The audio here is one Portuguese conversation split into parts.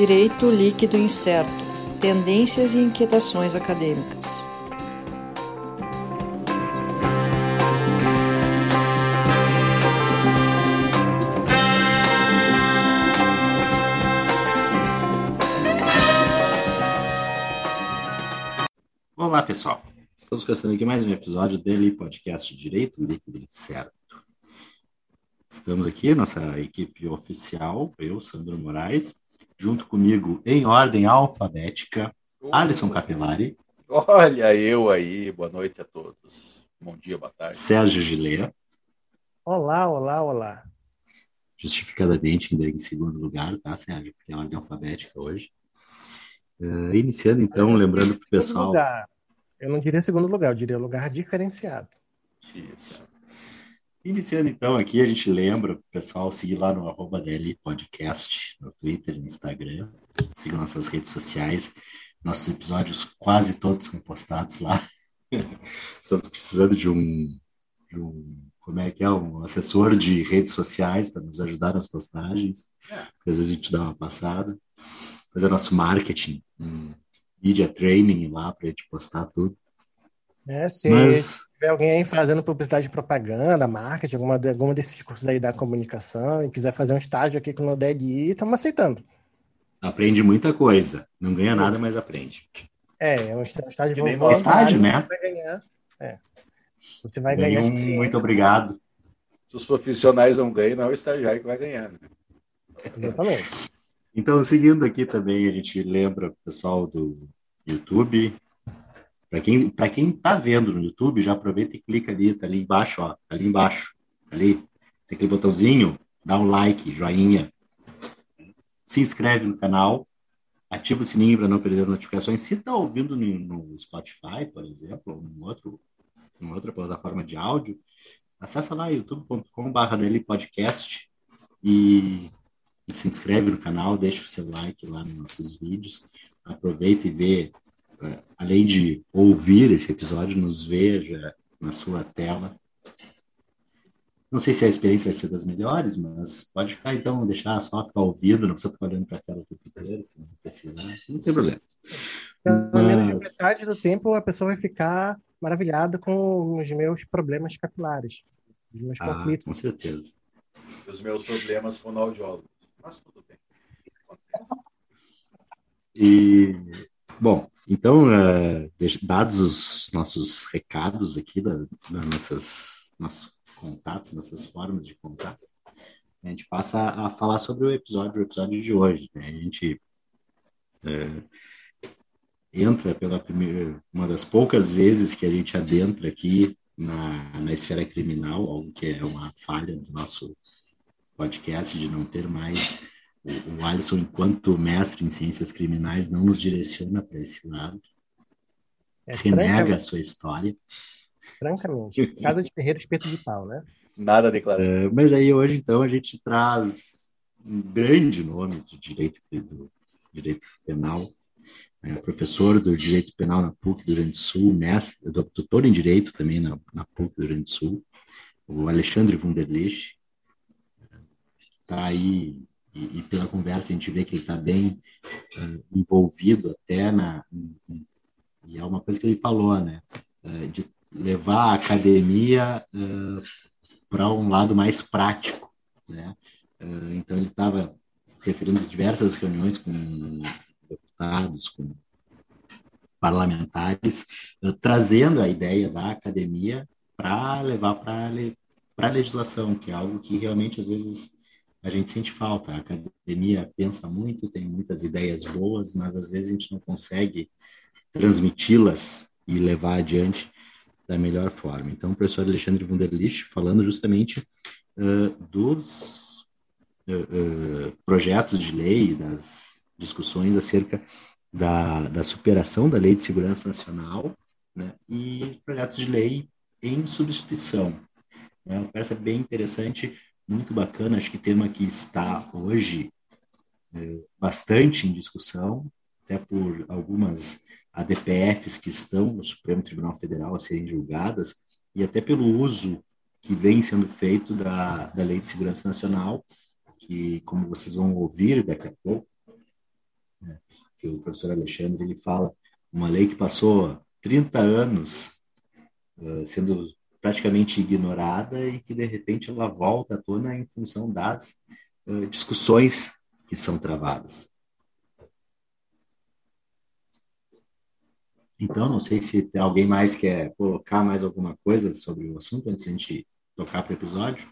Direito líquido incerto. Tendências e inquietações acadêmicas. Olá, pessoal. Estamos começando aqui mais um episódio dele, podcast Direito Líquido Incerto. Estamos aqui, nossa equipe oficial, eu, Sandro Moraes, junto comigo, em ordem alfabética, Alisson Capilari. Olha eu aí, boa noite a todos. Bom dia, boa tarde. Sérgio Gilea. Olá. Justificadamente, ainda em segundo lugar, tá, Sérgio? Porque é ordem alfabética hoje. Iniciando, então, lembrando para o pessoal... Lugar. Eu não diria segundo lugar, eu diria lugar diferenciado. Isso. Iniciando, então, aqui a gente lembra o pessoal seguir lá no @DL Podcast, no Twitter, no Instagram, sigam nossas redes sociais, nossos episódios quase todos são postados lá. Estamos precisando de um um assessor de redes sociais para nos ajudar nas postagens, às vezes a gente dá uma passada, fazer nosso marketing, media training lá para a gente postar tudo. Se tiver alguém aí fazendo publicidade de propaganda, marketing, alguma desses cursos aí da comunicação e quiser fazer um estágio aqui com o DLI, estamos aceitando. Aprende muita coisa. Não ganha nada, mas aprende. É um estágio que nem estágio, né? Vai ganhar. Você vai ganhar muito obrigado. Se os profissionais não ganham, não é o estagiário que vai ganhar, né? Exatamente. Então, seguindo aqui também, a gente lembra o pessoal do YouTube. Para quem está vendo no YouTube, já aproveita e clica ali, tá ali embaixo, ó. Ali embaixo. Ali. Tem aquele botãozinho, dá um like, joinha. Se inscreve no canal. Ativa o sininho para não perder as notificações. Se está ouvindo no Spotify, por exemplo, ou em outra plataforma de áudio, acessa lá youtube.com/dlpodcast e se inscreve no canal, deixa o seu like lá nos nossos vídeos. Aproveita e vê. Além de ouvir esse episódio, nos veja na sua tela. Não sei se a experiência vai ser das melhores, mas pode ficar, então, deixar só ficar ouvindo, não precisa ficar olhando para a tela o tempo inteiro, se não precisar, não tem problema. Pelo menos de metade do tempo a pessoa vai ficar maravilhada com os meus problemas capilares, os meus conflitos. Com certeza. Os meus problemas fonoaudiólogos, mas tudo bem. Bom, então, dados os nossos recados aqui, nossos contatos, nossas formas de contato, a gente passa a falar sobre o episódio de hoje. Né? A gente entra uma das poucas vezes que a gente adentra aqui na esfera criminal, algo que é uma falha do nosso podcast de não ter mais. O Alisson, enquanto mestre em ciências criminais, não nos direciona para esse lado. Renega a sua história. Francamente. Casa de ferreiro, espeto de pau, né? Nada declarado. Mas aí hoje, então, a gente traz um grande nome do direito penal, professor do direito penal na PUC do Rio Grande do Sul, mestre, doutor em direito também na PUC do Rio Grande do Sul, o Alexandre Wunderlich, que está aí. E pela conversa a gente vê que ele está bem envolvido até e é uma coisa que ele falou, né? De levar a academia para um lado mais prático, né? Então ele estava referindo diversas reuniões com deputados, com parlamentares, trazendo a ideia da academia para levar para a legislação, que é algo que realmente às vezes a gente sente falta. A academia pensa muito, tem muitas ideias boas, mas às vezes a gente não consegue transmiti-las e levar adiante da melhor forma. Então, o professor Alexandre Wunderlich falando justamente dos projetos de lei, das discussões acerca da superação da Lei de Segurança Nacional, né, e projetos de lei em substituição. É uma conversa bem interessante, muito bacana, acho que tema que está hoje bastante em discussão, até por algumas ADPFs que estão no Supremo Tribunal Federal a serem julgadas, e até pelo uso que vem sendo feito da Lei de Segurança Nacional, que, como vocês vão ouvir daqui a pouco, que o professor Alexandre ele fala, uma lei que passou 30 anos sendo praticamente ignorada e que, de repente, ela volta à tona em função das discussões que são travadas. Então, não sei se tem alguém mais quer colocar mais alguma coisa sobre o assunto antes de a gente tocar para o episódio.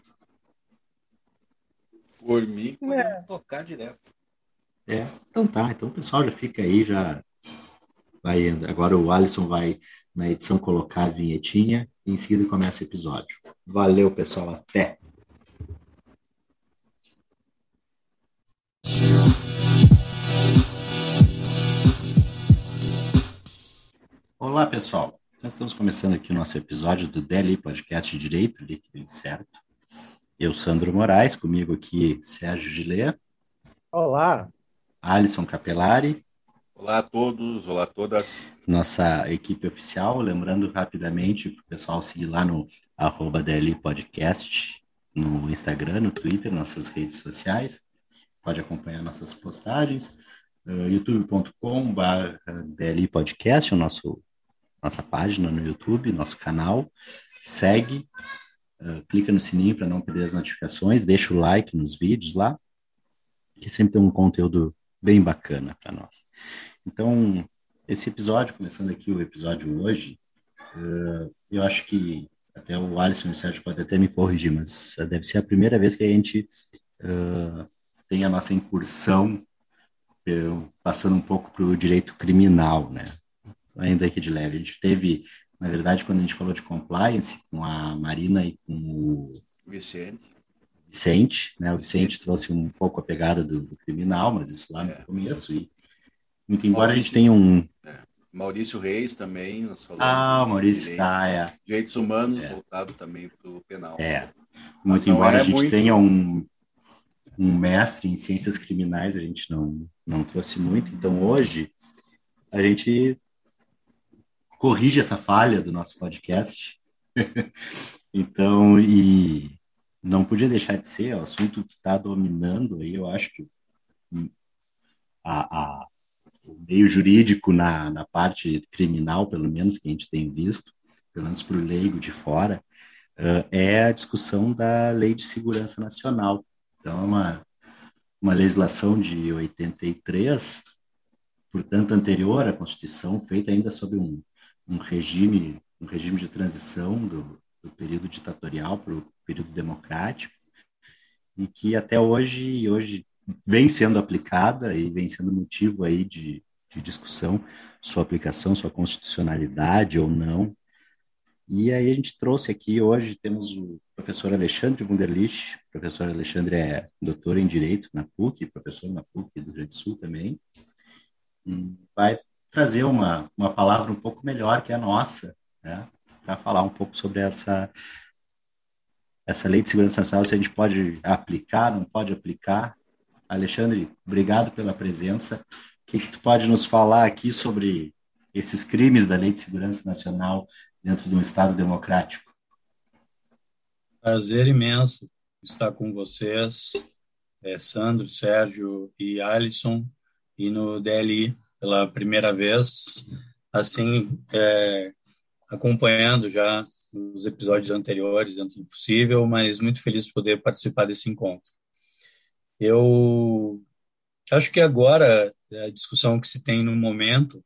Por mim, podemos tocar direto. Então tá. Então o pessoal já fica aí, já vai. Agora o Alisson vai, na edição, colocar a vinhetinha e em seguida começa o episódio. Valeu, pessoal. Até! Olá, pessoal. Nós estamos começando aqui o nosso episódio do DLI Podcast Direito, Líquido e Certo. Eu, Sandro Moraes, comigo aqui, Sérgio Gilea. Olá. Alisson Capelari. Olá a todos, olá a todas. Nossa equipe oficial, lembrando rapidamente para o pessoal seguir lá no @DLI Podcast, no Instagram, no Twitter, nossas redes sociais. Pode acompanhar nossas postagens. youtube.com/DLI Podcast, nossa página no YouTube, nosso canal. Segue, clica no sininho para não perder as notificações, deixa o like nos vídeos lá, que sempre tem um conteúdo bem bacana para nós. Então, esse episódio, começando aqui o episódio hoje, eu acho que até o Alisson e o Sérgio podem até me corrigir, mas deve ser a primeira vez que a gente tem a nossa incursão passando um pouco para o direito criminal, né? Ainda aqui de leve. A gente teve, na verdade, quando a gente falou de compliance, com a Marina e com o Vicente, né? O Vicente trouxe um pouco a pegada do criminal, mas isso lá no começo. E, muito embora a gente tenha um... Maurício Reis também, nós falamos. O Maurício está, Direitos humanos, voltado também para o penal. Muito embora a gente tenha um mestre em ciências criminais, a gente não trouxe muito. Então, hoje, a gente corrige essa falha do nosso podcast. Então, e não podia deixar de ser o assunto que está dominando aí, eu acho que o meio jurídico na parte criminal, pelo menos, que a gente tem visto, pelo menos para o leigo de fora, é a discussão da Lei de Segurança Nacional. Então, é uma legislação de 83, portanto, anterior à Constituição, feita ainda sob um regime de transição do período ditatorial para o período democrático, e que até hoje vem sendo aplicada e vem sendo motivo aí de discussão, sua aplicação, sua constitucionalidade ou não. E aí a gente trouxe aqui, hoje temos o professor Alexandre Wunderlich. O professor Alexandre é doutor em Direito na PUC, professor na PUC do Rio Grande do Sul também, e vai trazer uma palavra um pouco melhor que a nossa, né, para falar um pouco sobre essa Lei de Segurança Nacional, se a gente pode aplicar, não pode aplicar. Alexandre, obrigado pela presença. O que tu pode nos falar aqui sobre esses crimes da Lei de Segurança Nacional dentro de um Estado democrático? Prazer imenso estar com vocês, Sandro, Sérgio e Alisson, e no DLI pela primeira vez, assim, acompanhando já os episódios anteriores, dentro do possível, mas muito feliz de poder participar desse encontro. Eu acho que agora a discussão que se tem no momento,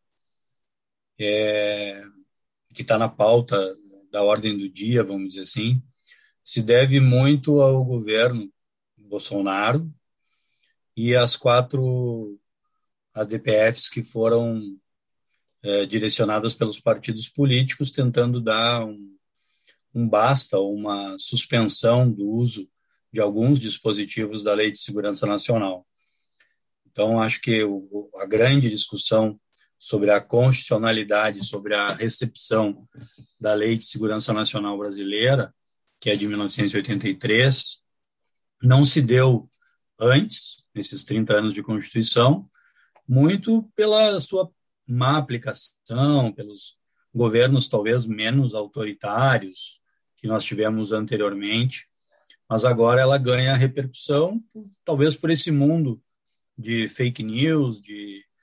que está na pauta da ordem do dia, vamos dizer assim, se deve muito ao governo Bolsonaro e às 4 ADPFs que foram direcionadas pelos partidos políticos, tentando dar um basta, uma suspensão do uso de alguns dispositivos da Lei de Segurança Nacional. Então, acho que a grande discussão sobre a constitucionalidade, sobre a recepção da Lei de Segurança Nacional brasileira, que é de 1983, não se deu antes, nesses 30 anos de Constituição, muito pela sua má aplicação, pelos governos talvez menos autoritários que nós tivemos anteriormente, mas agora ela ganha repercussão, talvez por esse mundo de fake news, de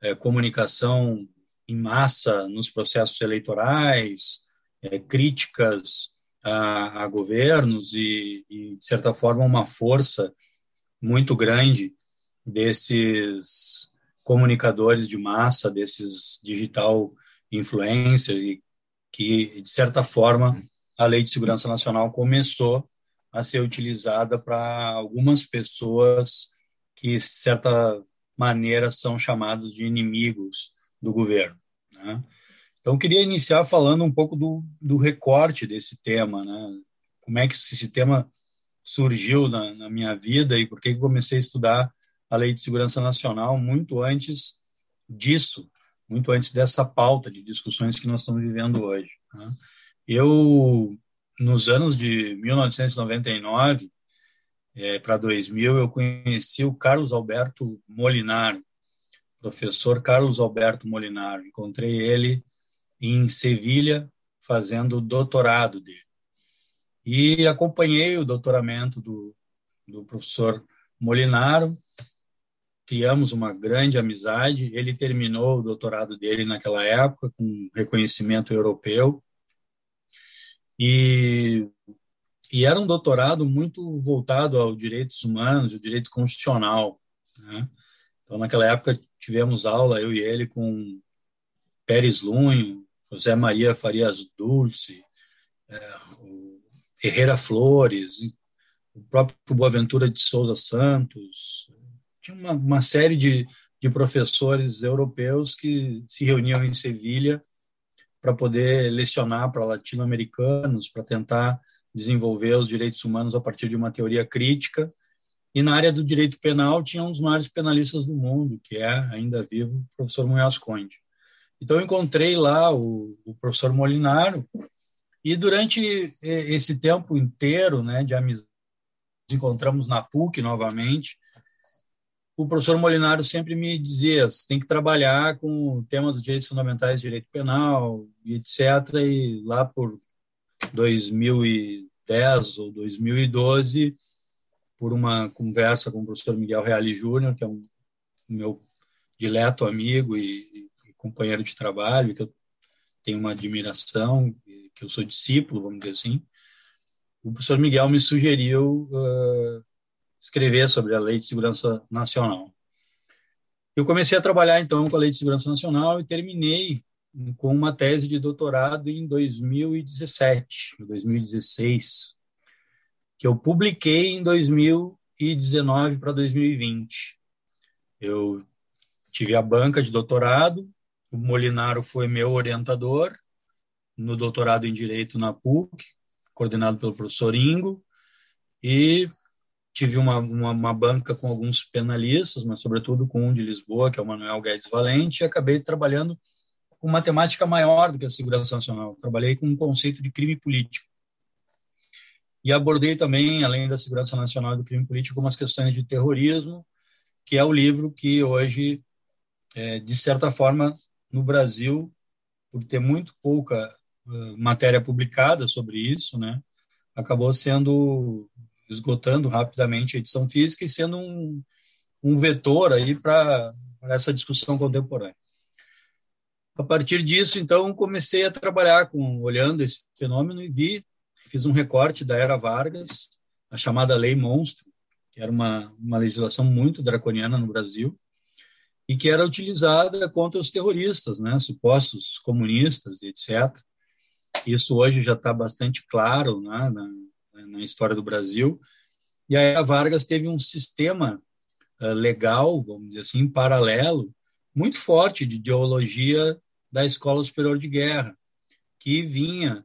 comunicação em massa nos processos eleitorais, críticas a governos e, de certa forma, uma força muito grande desses comunicadores de massa, desses digital influencers, e que, de certa forma, a Lei de Segurança Nacional começou a ser utilizada para algumas pessoas que, de certa maneira, são chamados de inimigos do governo, né? Então, eu queria iniciar falando um pouco do recorte desse tema, né? Como é que esse tema surgiu na minha vida e por que eu comecei a estudar a Lei de Segurança Nacional muito antes disso, muito antes dessa pauta de discussões que nós estamos vivendo hoje, né? Eu, nos anos de 1999 para 2000, eu conheci o Carlos Alberto Molinaro, professor Carlos Alberto Molinaro. Encontrei ele em Sevilha, fazendo o doutorado dele. E acompanhei o doutoramento do professor Molinaro, criamos uma grande amizade. Ele terminou o doutorado dele naquela época, com reconhecimento europeu, e era um doutorado muito voltado aos direitos humanos, ao direito constitucional, né? Então, naquela época, tivemos aula, eu e ele, com Pérez Lunho, José Maria Farias Dulce, o Herrera Flores, o próprio Boaventura de Souza Santos. Tinha uma série de professores europeus que se reuniam em Sevilha para poder lecionar para latino-americanos, para tentar desenvolver os direitos humanos a partir de uma teoria crítica. E na área do direito penal tinha um dos maiores penalistas do mundo, que é, ainda vivo, o professor Munhoz Conde. Então, eu encontrei lá o professor Molinaro, e durante esse tempo inteiro, né, de amizade, nos encontramos na PUC novamente. O professor Molinaro sempre me dizia: você tem que trabalhar com o tema dos direitos fundamentais, direito penal, e etc. E lá por 2010 ou 2012, por uma conversa com o professor Miguel Reale Júnior, que é um meu dileto amigo e companheiro de trabalho, que eu tenho uma admiração, que eu sou discípulo, vamos dizer assim, o professor Miguel me sugeriu escrever sobre a Lei de Segurança Nacional. Eu comecei a trabalhar, então, com a Lei de Segurança Nacional e terminei com uma tese de doutorado em 2017, 2016, que eu publiquei em 2019 para 2020. Eu tive a banca de doutorado, o Molinaro foi meu orientador no doutorado em Direito na PUC, coordenado pelo professor Ingo, e tive uma banca com alguns penalistas, mas sobretudo com um de Lisboa, que é o Manuel Guedes Valente, e acabei trabalhando com uma temática maior do que a segurança nacional. Trabalhei com um conceito de crime político. E abordei também, além da segurança nacional e do crime político, algumas questões de terrorismo, que é o livro que hoje, de certa forma, no Brasil, por ter muito pouca matéria publicada sobre isso, né, acabou esgotando rapidamente a edição física e sendo um vetor aí para essa discussão contemporânea. A partir disso, então, comecei a trabalhar olhando esse fenômeno e fiz um recorte da Era Vargas, a chamada Lei Monstro, que era uma legislação muito draconiana no Brasil e que era utilizada contra os terroristas, né, supostos comunistas, etc. Isso hoje já está bastante claro, né, na história do Brasil. E a Era Vargas teve um sistema legal, vamos dizer assim, paralelo, muito forte de ideologia da Escola Superior de Guerra, que vinha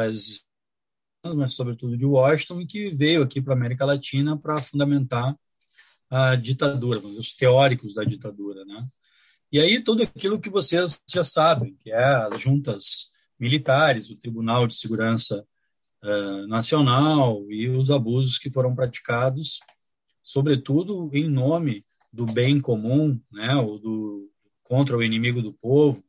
mas sobretudo de Washington, e que veio aqui para a América Latina para fundamentar a ditadura, os teóricos da ditadura, né? E aí tudo aquilo que vocês já sabem, que é as juntas militares, o Tribunal de Segurança Nacional e os abusos que foram praticados, sobretudo em nome do bem comum, né, ou contra o inimigo do povo,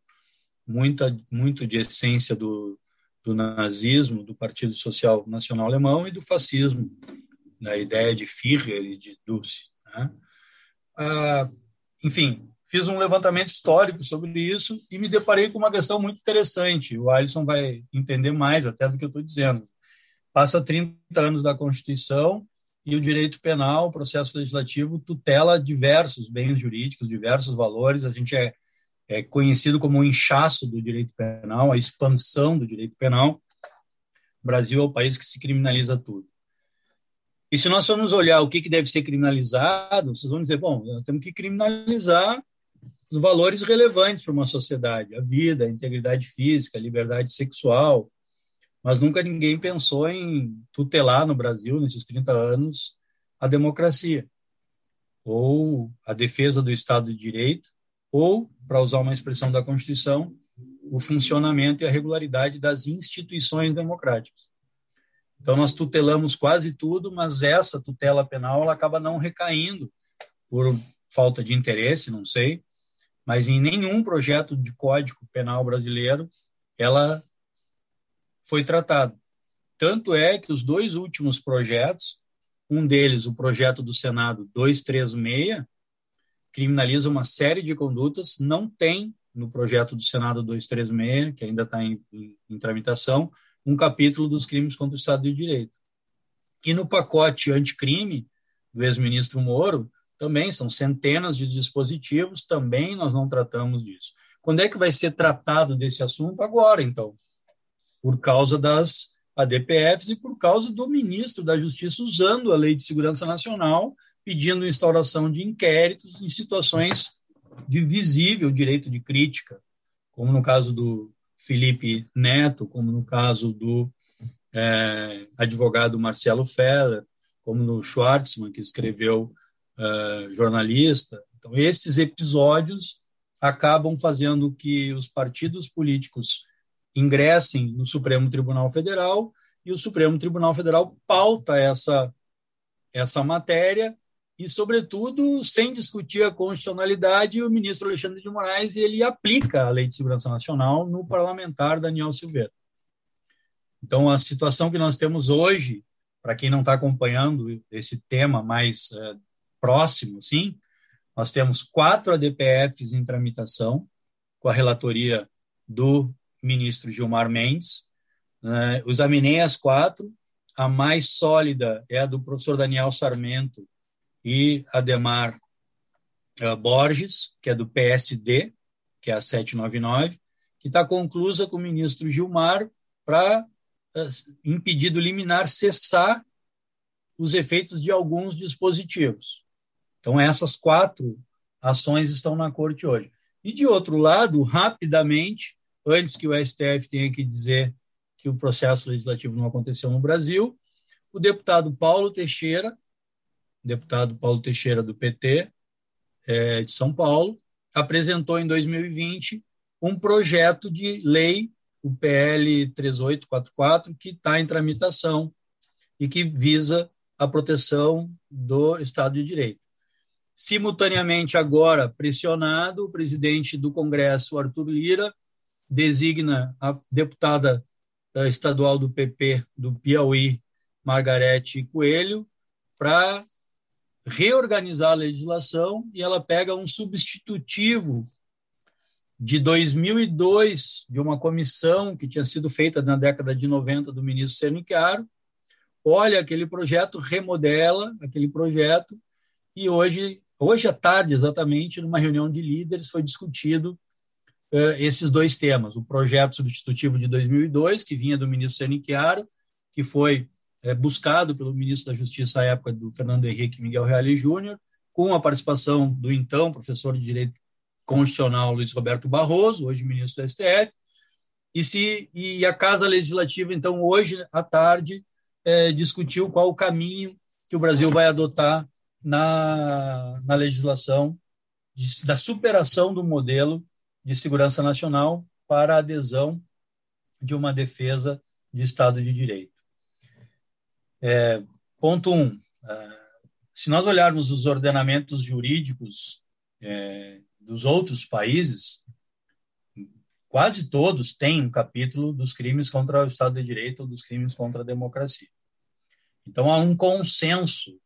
muito de essência do nazismo, do Partido Social Nacional Alemão e do fascismo, da ideia de Führer e de Dulce, né? Enfim, fiz um levantamento histórico sobre isso e me deparei com uma questão muito interessante. O Alisson vai entender mais até do que eu estou dizendo. Passa 30 anos da Constituição e o direito penal, o processo legislativo, tutela diversos bens jurídicos, diversos valores. A gente é conhecido como o inchaço do direito penal, a expansão do direito penal. O Brasil é o país que se criminaliza tudo. E se nós formos olhar o que deve ser criminalizado, vocês vão dizer, bom, nós temos que criminalizar os valores relevantes para uma sociedade, a vida, a integridade física, a liberdade sexual, mas nunca ninguém pensou em tutelar no Brasil, nesses 30 anos, a democracia, ou a defesa do Estado de Direito, ou, para usar uma expressão da Constituição, o funcionamento e a regularidade das instituições democráticas. Então, nós tutelamos quase tudo, mas essa tutela penal ela acaba não recaindo por falta de interesse, não sei, mas em nenhum projeto de Código Penal brasileiro ela foi tratada. Tanto é que os dois últimos projetos, um deles, o projeto do Senado 236, criminaliza uma série de condutas, não tem no projeto do Senado 236, que ainda está em tramitação, um capítulo dos crimes contra o Estado de Direito. E no pacote anticrime do ex-ministro Moro, também são centenas de dispositivos, também nós não tratamos disso. Quando é que vai ser tratado desse assunto? Agora, então, por causa das ADPFs e por causa do ministro da Justiça usando a Lei de Segurança Nacional, pedindo instauração de inquéritos em situações de visível direito de crítica, como no caso do Felipe Neto, como no caso do advogado Marcelo Feller, como no Schwartzman, que escreveu jornalista. Então, esses episódios acabam fazendo que os partidos políticos ingressem no Supremo Tribunal Federal e o Supremo Tribunal Federal pauta essa matéria e, sobretudo, sem discutir a constitucionalidade, o ministro Alexandre de Moraes ele aplica a Lei de Segurança Nacional no parlamentar Daniel Silveira. Então, a situação que nós temos hoje, para quem não está acompanhando esse tema mais próximo, sim, nós temos 4 ADPFs em tramitação, com a relatoria do ministro Gilmar Mendes. Examinei as 4, a mais sólida é a do professor Daniel Sarmento e Adhemar Borges, que é do PSD, que é a 799, que está conclusa com o ministro Gilmar para, em pedido liminar, cessar os efeitos de alguns dispositivos. Então, essas 4 ações estão na corte hoje. E, de outro lado, rapidamente, antes que o STF tenha que dizer que o processo legislativo não aconteceu no Brasil, o deputado Paulo Teixeira do PT de São Paulo, apresentou em 2020 um projeto de lei, o PL 3844, que está em tramitação e que visa a proteção do Estado de Direito. Simultaneamente, agora, pressionado, o presidente do Congresso, Arthur Lira, designa a deputada estadual do PP do Piauí, Margarete Coelho, para reorganizar a legislação, e ela pega um substitutivo de 2002, de uma comissão que tinha sido feita na década de 90 do ministro Sernicaro, olha aquele projeto, remodela aquele projeto, e hoje à tarde, exatamente, numa reunião de líderes, foi discutido esses 2 temas, o projeto substitutivo de 2002, que vinha do ministro Sernicaro, que foi buscado pelo ministro da Justiça à época, do Fernando Henrique Miguel Reale Júnior, com a participação do então professor de Direito Constitucional Luiz Roberto Barroso, hoje ministro do STF, e a Casa Legislativa, então, hoje à tarde, discutiu qual o caminho que o Brasil vai adotar na legislação da superação do modelo de segurança nacional para a adesão de uma defesa de Estado de Direito. Ponto 1. Se nós olharmos os ordenamentos jurídicos dos outros países, quase todos têm um capítulo dos crimes contra o Estado de Direito ou dos crimes contra a democracia. Então, há um consenso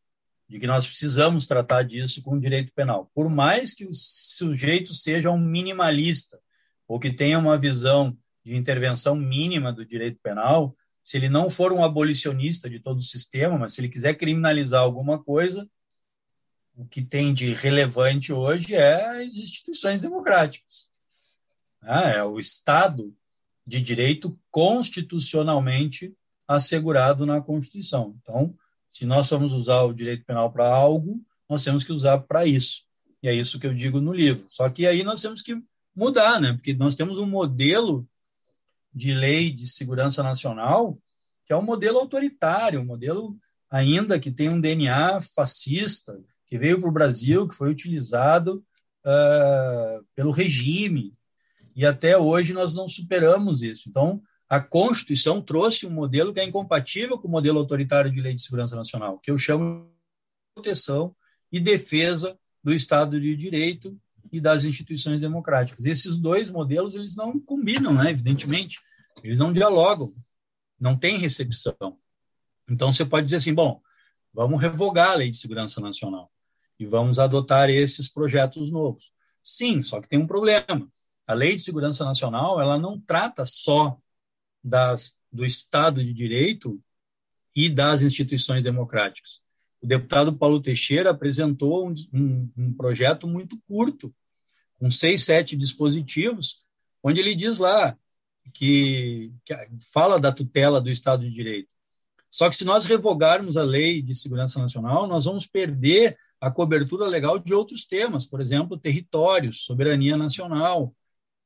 de que nós precisamos tratar disso com o direito penal. Por mais que o sujeito seja um minimalista ou que tenha uma visão de intervenção mínima do direito penal, se ele não for um abolicionista de todo o sistema, mas se ele quiser criminalizar alguma coisa, o que tem de relevante hoje é as instituições democráticas. É o Estado de direito constitucionalmente assegurado na Constituição. Então, se nós formos usar o direito penal para algo, nós temos que usar para isso. E é isso que eu digo no livro. Só que aí nós temos que mudar, né? Porque nós temos um modelo de lei de segurança nacional que é um modelo autoritário, um modelo ainda que tem um DNA fascista, que veio para o Brasil, que foi utilizado pelo regime. E até hoje nós não superamos isso. Então, a Constituição trouxe um modelo que é incompatível com o modelo autoritário de lei de segurança nacional, que eu chamo de proteção e defesa do Estado de Direito e das instituições democráticas. Esses dois modelos, eles não combinam, né? Evidentemente, eles não dialogam, não tem recepção. Então, você pode dizer assim, bom, vamos revogar a lei de segurança nacional e vamos adotar esses projetos novos. Sim, só que tem um problema. A lei de segurança nacional, ela não trata só do Estado de Direito e das instituições democráticas. O deputado Paulo Teixeira apresentou um projeto muito curto, com 6, 7 dispositivos, onde ele diz lá que fala da tutela do Estado de Direito. Só que se nós revogarmos a lei de segurança nacional, nós vamos perder a cobertura legal de outros temas, por exemplo, territórios, soberania nacional,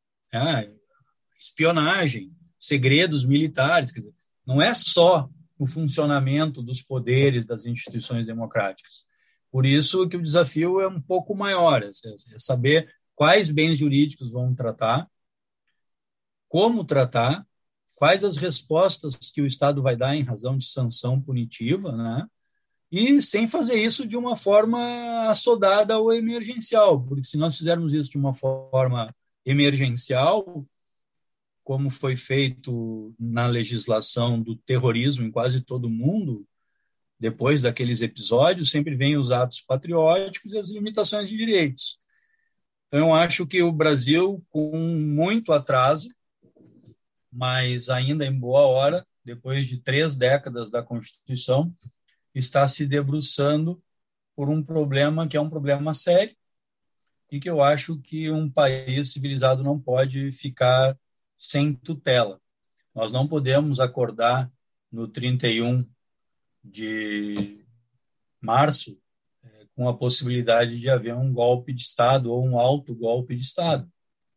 espionagem, segredos militares. Quer dizer, não é só o funcionamento dos poderes das instituições democráticas. Por isso que o desafio é um pouco maior, é saber quais bens jurídicos vão tratar, como tratar, quais as respostas que o Estado vai dar em razão de sanção punitiva, né? E sem fazer isso de uma forma assodada ou emergencial, porque se nós fizermos isso de uma forma emergencial, como foi feito na legislação do terrorismo em quase todo o mundo, depois daqueles episódios, sempre vêm os atos patrióticos e as limitações de direitos. Então, eu acho que o Brasil, com muito atraso, mas ainda em boa hora, depois de 3 décadas da Constituição, está se debruçando por um problema que é um problema sério e que eu acho que um país civilizado não pode ficar sem tutela. Nós não podemos acordar no 31 de março com a possibilidade de haver um golpe de Estado ou um alto golpe de Estado.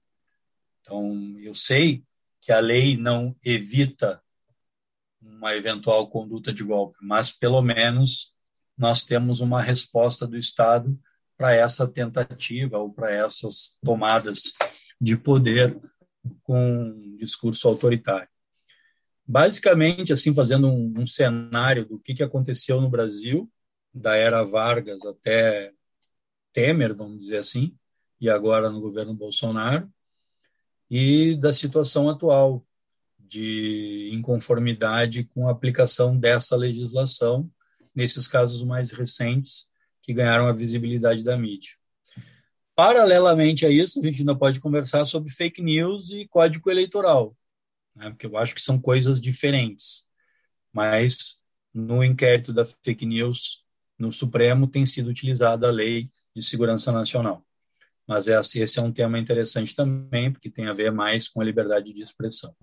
Então, eu sei que a lei não evita uma eventual conduta de golpe, mas pelo menos nós temos uma resposta do Estado para essa tentativa ou para essas tomadas de poder com um discurso autoritário. Basicamente, assim, fazendo um cenário do que aconteceu no Brasil, da era Vargas até Temer, vamos dizer assim, e agora no governo Bolsonaro, e da situação atual de inconformidade com a aplicação dessa legislação, nesses casos mais recentes, que ganharam a visibilidade da mídia. Paralelamente a isso, a gente ainda pode conversar sobre fake news e código eleitoral, né? Porque eu acho que são coisas diferentes. Mas no inquérito da fake news no Supremo tem sido utilizada a Lei de Segurança Nacional. Mas esse é um tema interessante também, porque tem a ver mais com a liberdade de expressão.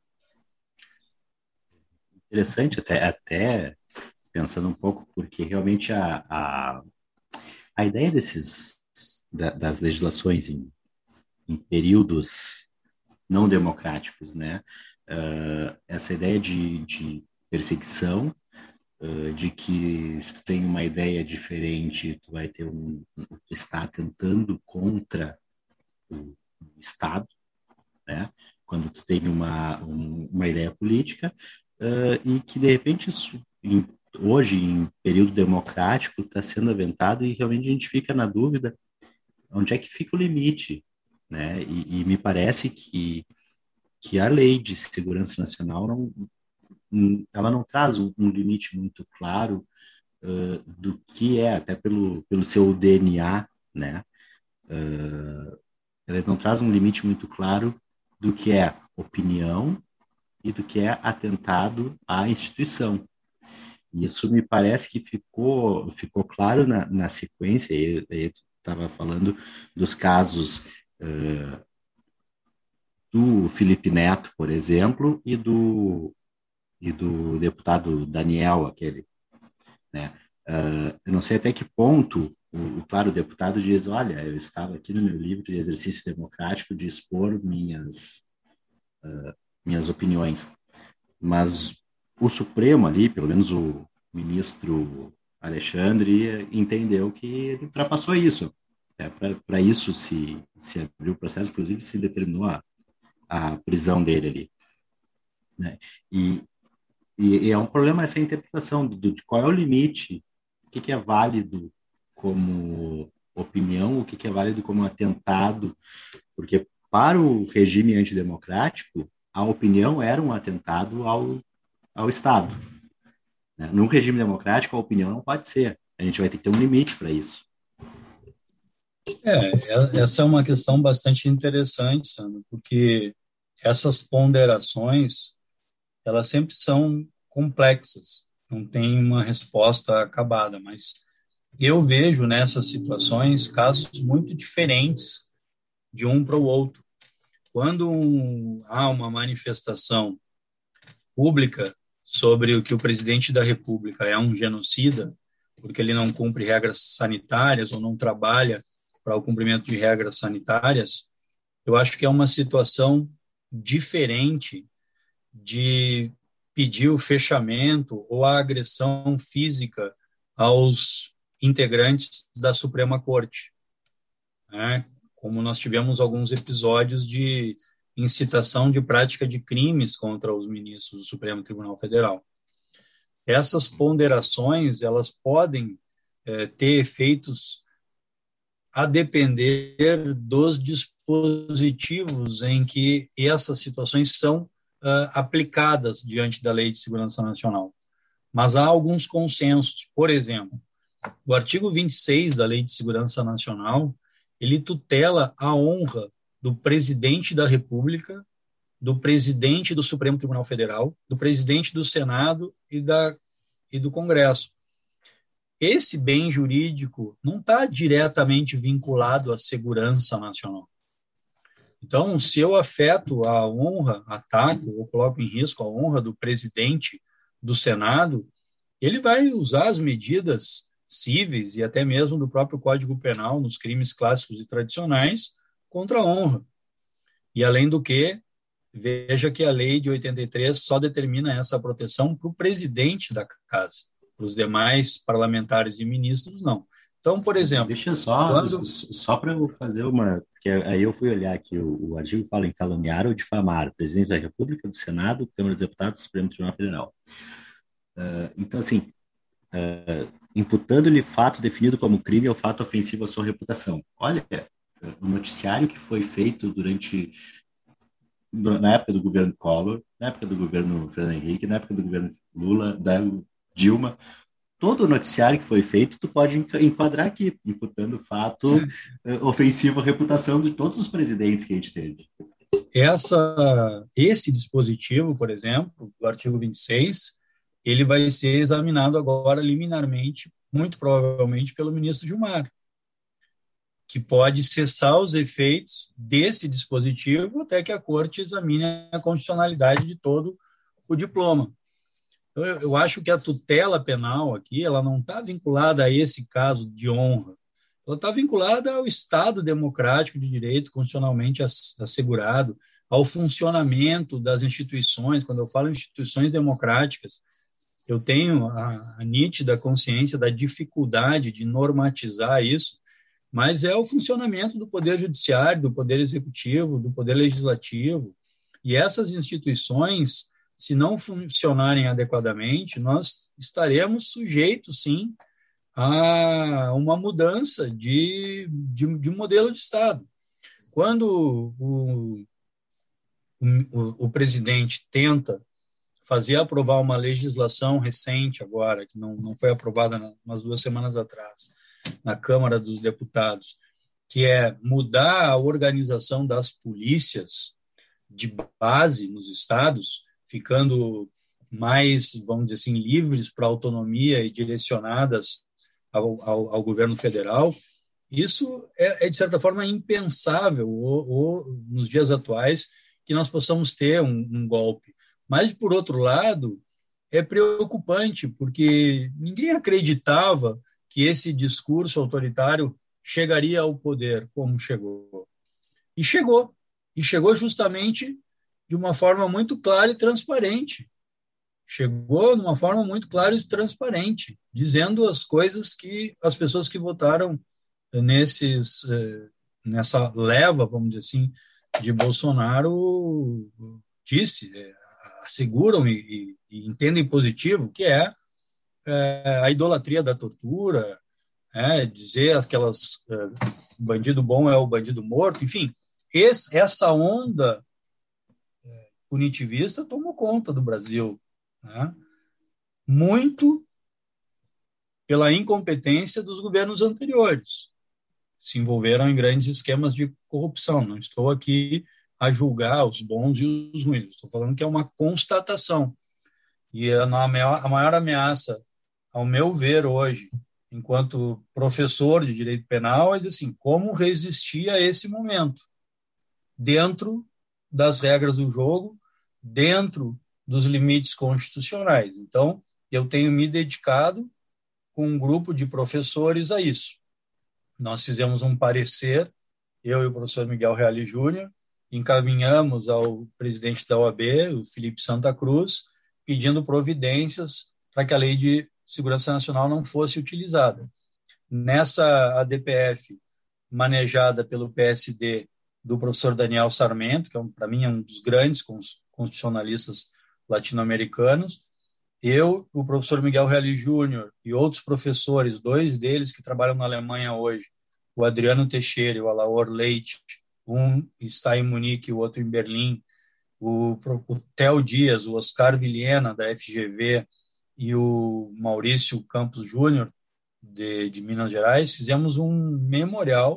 Interessante, até pensando um pouco, porque realmente a ideia das legislações em períodos não democráticos, né? Essa ideia de perseguição, de que se tu tem uma ideia diferente, tu vai ter tu está tentando contra o Estado, né? Quando tu tem uma ideia política, e que de repente isso, hoje em período democrático, está sendo aventado e realmente a gente fica na dúvida onde é que fica o limite, né? E me parece que a Lei de Segurança Nacional ela não traz um limite muito claro do que é, até pelo seu DNA, né? Ela não traz um limite muito claro do que é opinião e do que é atentado à instituição. Isso me parece que ficou claro na sequência, aí tu estava falando dos casos do Felipe Neto, por exemplo, e do deputado Daniel, aquele, né? Eu não sei até que ponto claro, o deputado diz, olha, eu estava aqui no meu livro de exercício democrático de expor minhas opiniões, mas o Supremo ali, pelo menos o ministro Alexandre, entendeu que ele ultrapassou isso. Para isso se abriu o processo, inclusive se determinou a prisão dele ali, né? E é um problema essa interpretação de qual é o limite, o que é válido como opinião, o que é válido como atentado, porque para o regime antidemocrático, a opinião era um atentado ao Estado, né? Num regime democrático, a opinião não pode ser. A gente vai ter que ter um limite para isso. Essa é uma questão bastante interessante, Sandro, porque essas ponderações, elas sempre são complexas, não tem uma resposta acabada, mas eu vejo nessas situações casos muito diferentes de um para o outro. Quando há uma manifestação pública sobre o que o presidente da República é um genocida, porque ele não cumpre regras sanitárias ou não trabalha para o cumprimento de regras sanitárias, eu acho que é uma situação diferente de pedir o fechamento ou a agressão física aos integrantes da Suprema Corte, né? Como nós tivemos alguns episódios de incitação de prática de crimes contra os ministros do Supremo Tribunal Federal. Essas ponderações, elas podem ter efeitos a depender dos dispositivos em que essas situações são aplicadas diante da Lei de Segurança Nacional. Mas há alguns consensos. Por exemplo, o artigo 26 da Lei de Segurança Nacional, ele tutela a honra do presidente da República, do presidente do Supremo Tribunal Federal, do presidente do Senado e do Congresso. Esse bem jurídico não está diretamente vinculado à segurança nacional. Então, se eu afeto a honra, ataco ou coloco em risco a honra do presidente do Senado, ele vai usar as medidas cíveis e até mesmo do próprio Código Penal nos crimes clássicos e tradicionais contra a honra. E, além do que, veja que a lei de 83 só determina essa proteção para o presidente da casa. Para os demais parlamentares e ministros, não. Então, por exemplo... Deixa só para eu fazer uma... Porque aí eu fui olhar aqui, o artigo fala em caluniar ou difamar o presidente da República, do Senado, Câmara dos Deputados, Supremo Tribunal Federal. Então, assim, imputando-lhe fato definido como crime ou fato ofensivo à sua reputação. Olha, o noticiário que foi feito na época do governo Collor, na época do governo Fernando Henrique, na época do governo Lula, da Dilma, todo o noticiário que foi feito, tu pode enquadrar aqui, imputando fato ofensivo à reputação de todos os presidentes que a gente teve. Esse dispositivo, por exemplo, do artigo 26, ele vai ser examinado agora liminarmente, muito provavelmente pelo ministro Gilmar, que pode cessar os efeitos desse dispositivo até que a corte examine a constitucionalidade de todo o diploma. Então, eu acho que a tutela penal aqui, ela não está vinculada a esse caso de honra, ela está vinculada ao Estado democrático de direito constitucionalmente assegurado, ao funcionamento das instituições. Quando eu falo instituições democráticas, eu tenho a nítida consciência da dificuldade de normatizar isso, mas é o funcionamento do Poder Judiciário, do Poder Executivo, do Poder Legislativo, e essas instituições, se não funcionarem adequadamente, nós estaremos sujeitos, sim, a uma mudança de modelo de Estado. Quando o presidente tenta fazer aprovar uma legislação recente agora, que não foi aprovada umas 2 semanas atrás, na Câmara dos Deputados, que é mudar a organização das polícias de base nos estados, ficando mais, vamos dizer assim, livres para autonomia e direcionadas ao governo federal. Isso de certa forma, impensável nos dias atuais que nós possamos ter um golpe. Mas, por outro lado, é preocupante, porque ninguém acreditava que esse discurso autoritário chegaria ao poder como chegou. E chegou. E chegou justamente de uma forma muito clara e transparente. Chegou de uma forma muito clara e transparente, dizendo as coisas que as pessoas que votaram nessa leva, vamos dizer assim, de Bolsonaro asseguram e entendem positivo, que é a idolatria da tortura, dizer aquelas bandido bom é o bandido morto, enfim, essa onda punitivista tomou conta do Brasil, né? Muito pela incompetência dos governos anteriores, se envolveram em grandes esquemas de corrupção. Não estou aqui a julgar os bons e os ruins, estou falando que é uma constatação. E a maior ameaça, ao meu ver hoje, enquanto professor de direito penal, é assim, como resistir a esse momento, dentro das regras do jogo, dentro dos limites constitucionais. Então, eu tenho me dedicado com um grupo de professores a isso. Nós fizemos um parecer, eu e o professor Miguel Reale Júnior, encaminhamos ao presidente da OAB, o Felipe Santa Cruz, pedindo providências para que a Lei de Segurança Nacional não fosse utilizada. Nessa ADPF, manejada pelo PSD, do professor Daniel Sarmento, que para mim é um dos grandes constitucionalistas latino-americanos, eu, o professor Miguel Reale Júnior e outros professores, 2 deles que trabalham na Alemanha hoje, o Adriano Teixeira e o Alaor Leite, um está em Munique, o outro em Berlim, o Theo Dias, o Oscar Vilhena, da FGV, e o Maurício Campos Júnior, de Minas Gerais, fizemos um memorial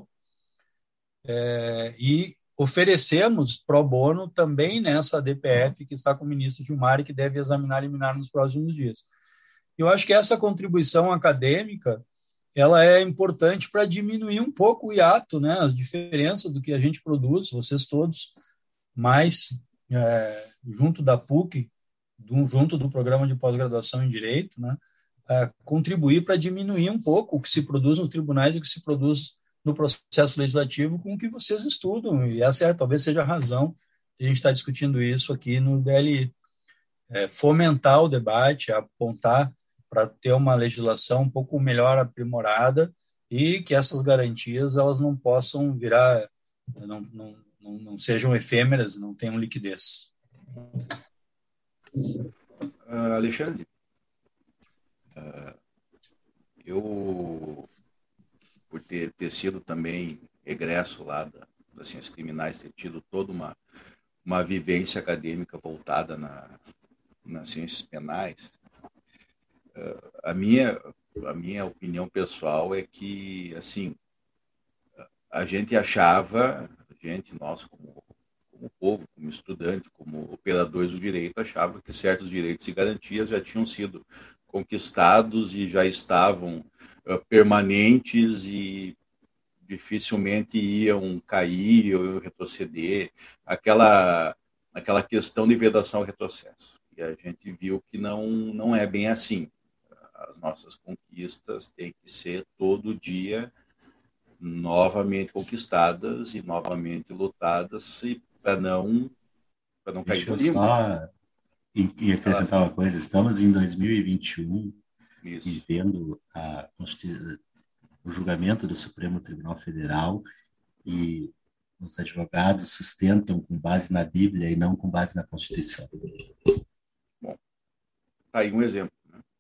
e oferecemos pro bono também nessa DPF que está com o ministro Gilmar e que deve examinar e liminar nos próximos dias. Eu acho que essa contribuição acadêmica ela é importante para diminuir um pouco o hiato, né, as diferenças do que a gente produz, vocês todos, mais junto da PUC, junto do programa de pós-graduação em Direito, né, contribuir para diminuir um pouco o que se produz nos tribunais e o que se produz no processo legislativo com o que vocês estudam, e essa talvez seja a razão de a gente estar discutindo isso aqui no DLI. Fomentar o debate, apontar para ter uma legislação um pouco melhor aprimorada e que essas garantias elas não possam virar, não sejam efêmeras, não tenham liquidez. Alexandre, eu, por ter sido também egresso lá das ciências criminais, ter tido toda uma vivência acadêmica voltada nas ciências penais, a minha opinião pessoal é que, assim, nós como povo, como estudante, como operadores do direito, achava que certos direitos e garantias já tinham sido conquistados e já estavam permanentes e dificilmente iam cair ou iam retroceder, aquela questão de vedação ao retrocesso. E a gente viu que não é bem assim. As nossas conquistas têm que ser todo dia novamente conquistadas e novamente lutadas para não cair Deixa no eu limbo. só acrescentar uma coisa. Estamos em 2021 Isso. e vendo o julgamento do Supremo Tribunal Federal, e os advogados sustentam com base na Bíblia e não com base na Constituição. Bom, tá aí um exemplo.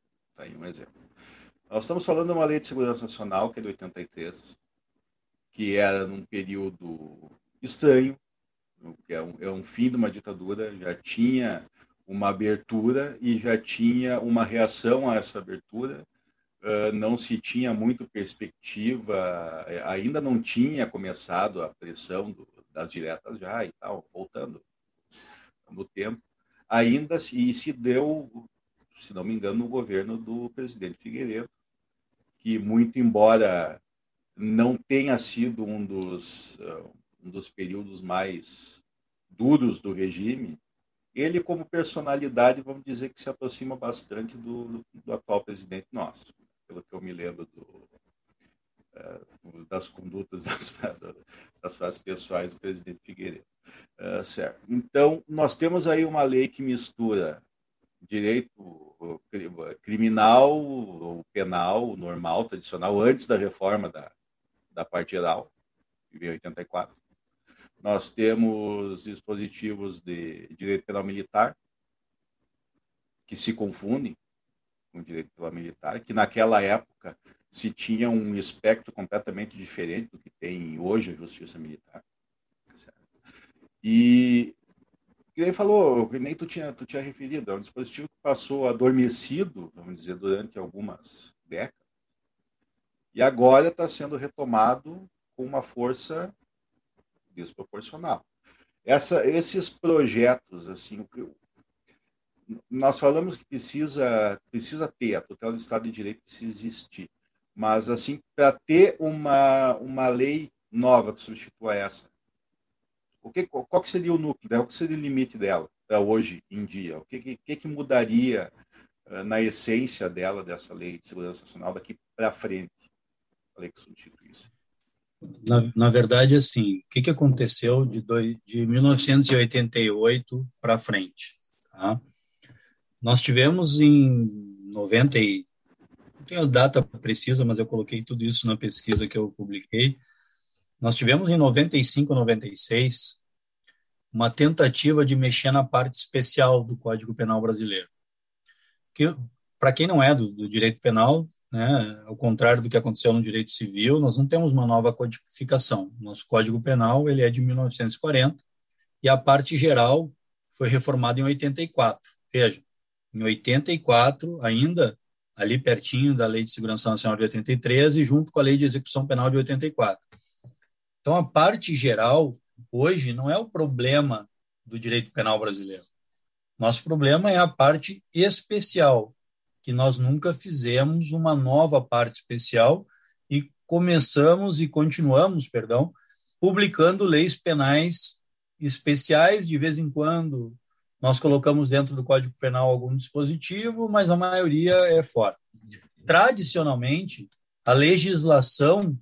Nós estamos falando de uma lei de segurança nacional, que é de 83, que era num período estranho, que é um fim de uma ditadura, já tinha uma abertura e já tinha uma reação a essa abertura. Não se tinha muito perspectiva, ainda não tinha começado a pressão das diretas já e tal, voltando no tempo. Ainda se deu, se não me engano, no governo do presidente Figueiredo, que, muito embora não tenha sido um dos períodos mais duros do regime, ele, como personalidade, vamos dizer que se aproxima bastante do atual presidente nosso, pelo que eu me lembro das condutas, das frases pessoais do presidente Figueiredo. Certo. Então, nós temos aí uma lei que mistura direito criminal, ou penal, normal, tradicional, antes da reforma da parte geral, em 84. Nós temos dispositivos de direito penal militar que se confundem com o direito penal militar, que naquela época se tinha um espectro completamente diferente do que tem hoje a justiça militar. Certo? E que ele falou, que nem tu tinha referido, é um dispositivo que passou adormecido, vamos dizer, durante algumas décadas, e agora está sendo retomado com uma força desproporcional. Esses projetos, assim, nós falamos que precisa ter, a tutela do Estado de Direito precisa existir, mas, assim, para ter uma lei nova que substitua essa, qual que seria o núcleo dela? Qual que seria o limite dela para hoje em dia? O que mudaria na essência dela, dessa lei de segurança nacional, daqui para frente? A lei que substitui isso. Na verdade, assim, o que aconteceu de 1988 para frente? Tá? Nós tivemos em 90, não tenho a data precisa, mas eu coloquei tudo isso na pesquisa que eu publiquei. Nós tivemos em 95, 96, uma tentativa de mexer na parte especial do Código Penal brasileiro. Que, para quem não é do direito penal, né, ao contrário do que aconteceu no direito civil, nós não temos uma nova codificação. Nosso Código Penal ele é de 1940 e a parte geral foi reformada em 84. Veja, em 84, ainda ali pertinho da Lei de Segurança Nacional de 83 e junto com a Lei de Execução Penal de 84. Então, a parte geral, hoje, não é o problema do direito penal brasileiro. Nosso problema é a parte especial, que nós nunca fizemos uma nova parte especial e continuamos, publicando leis penais especiais. De vez em quando, nós colocamos dentro do Código Penal algum dispositivo, mas a maioria é fora. Tradicionalmente, a legislação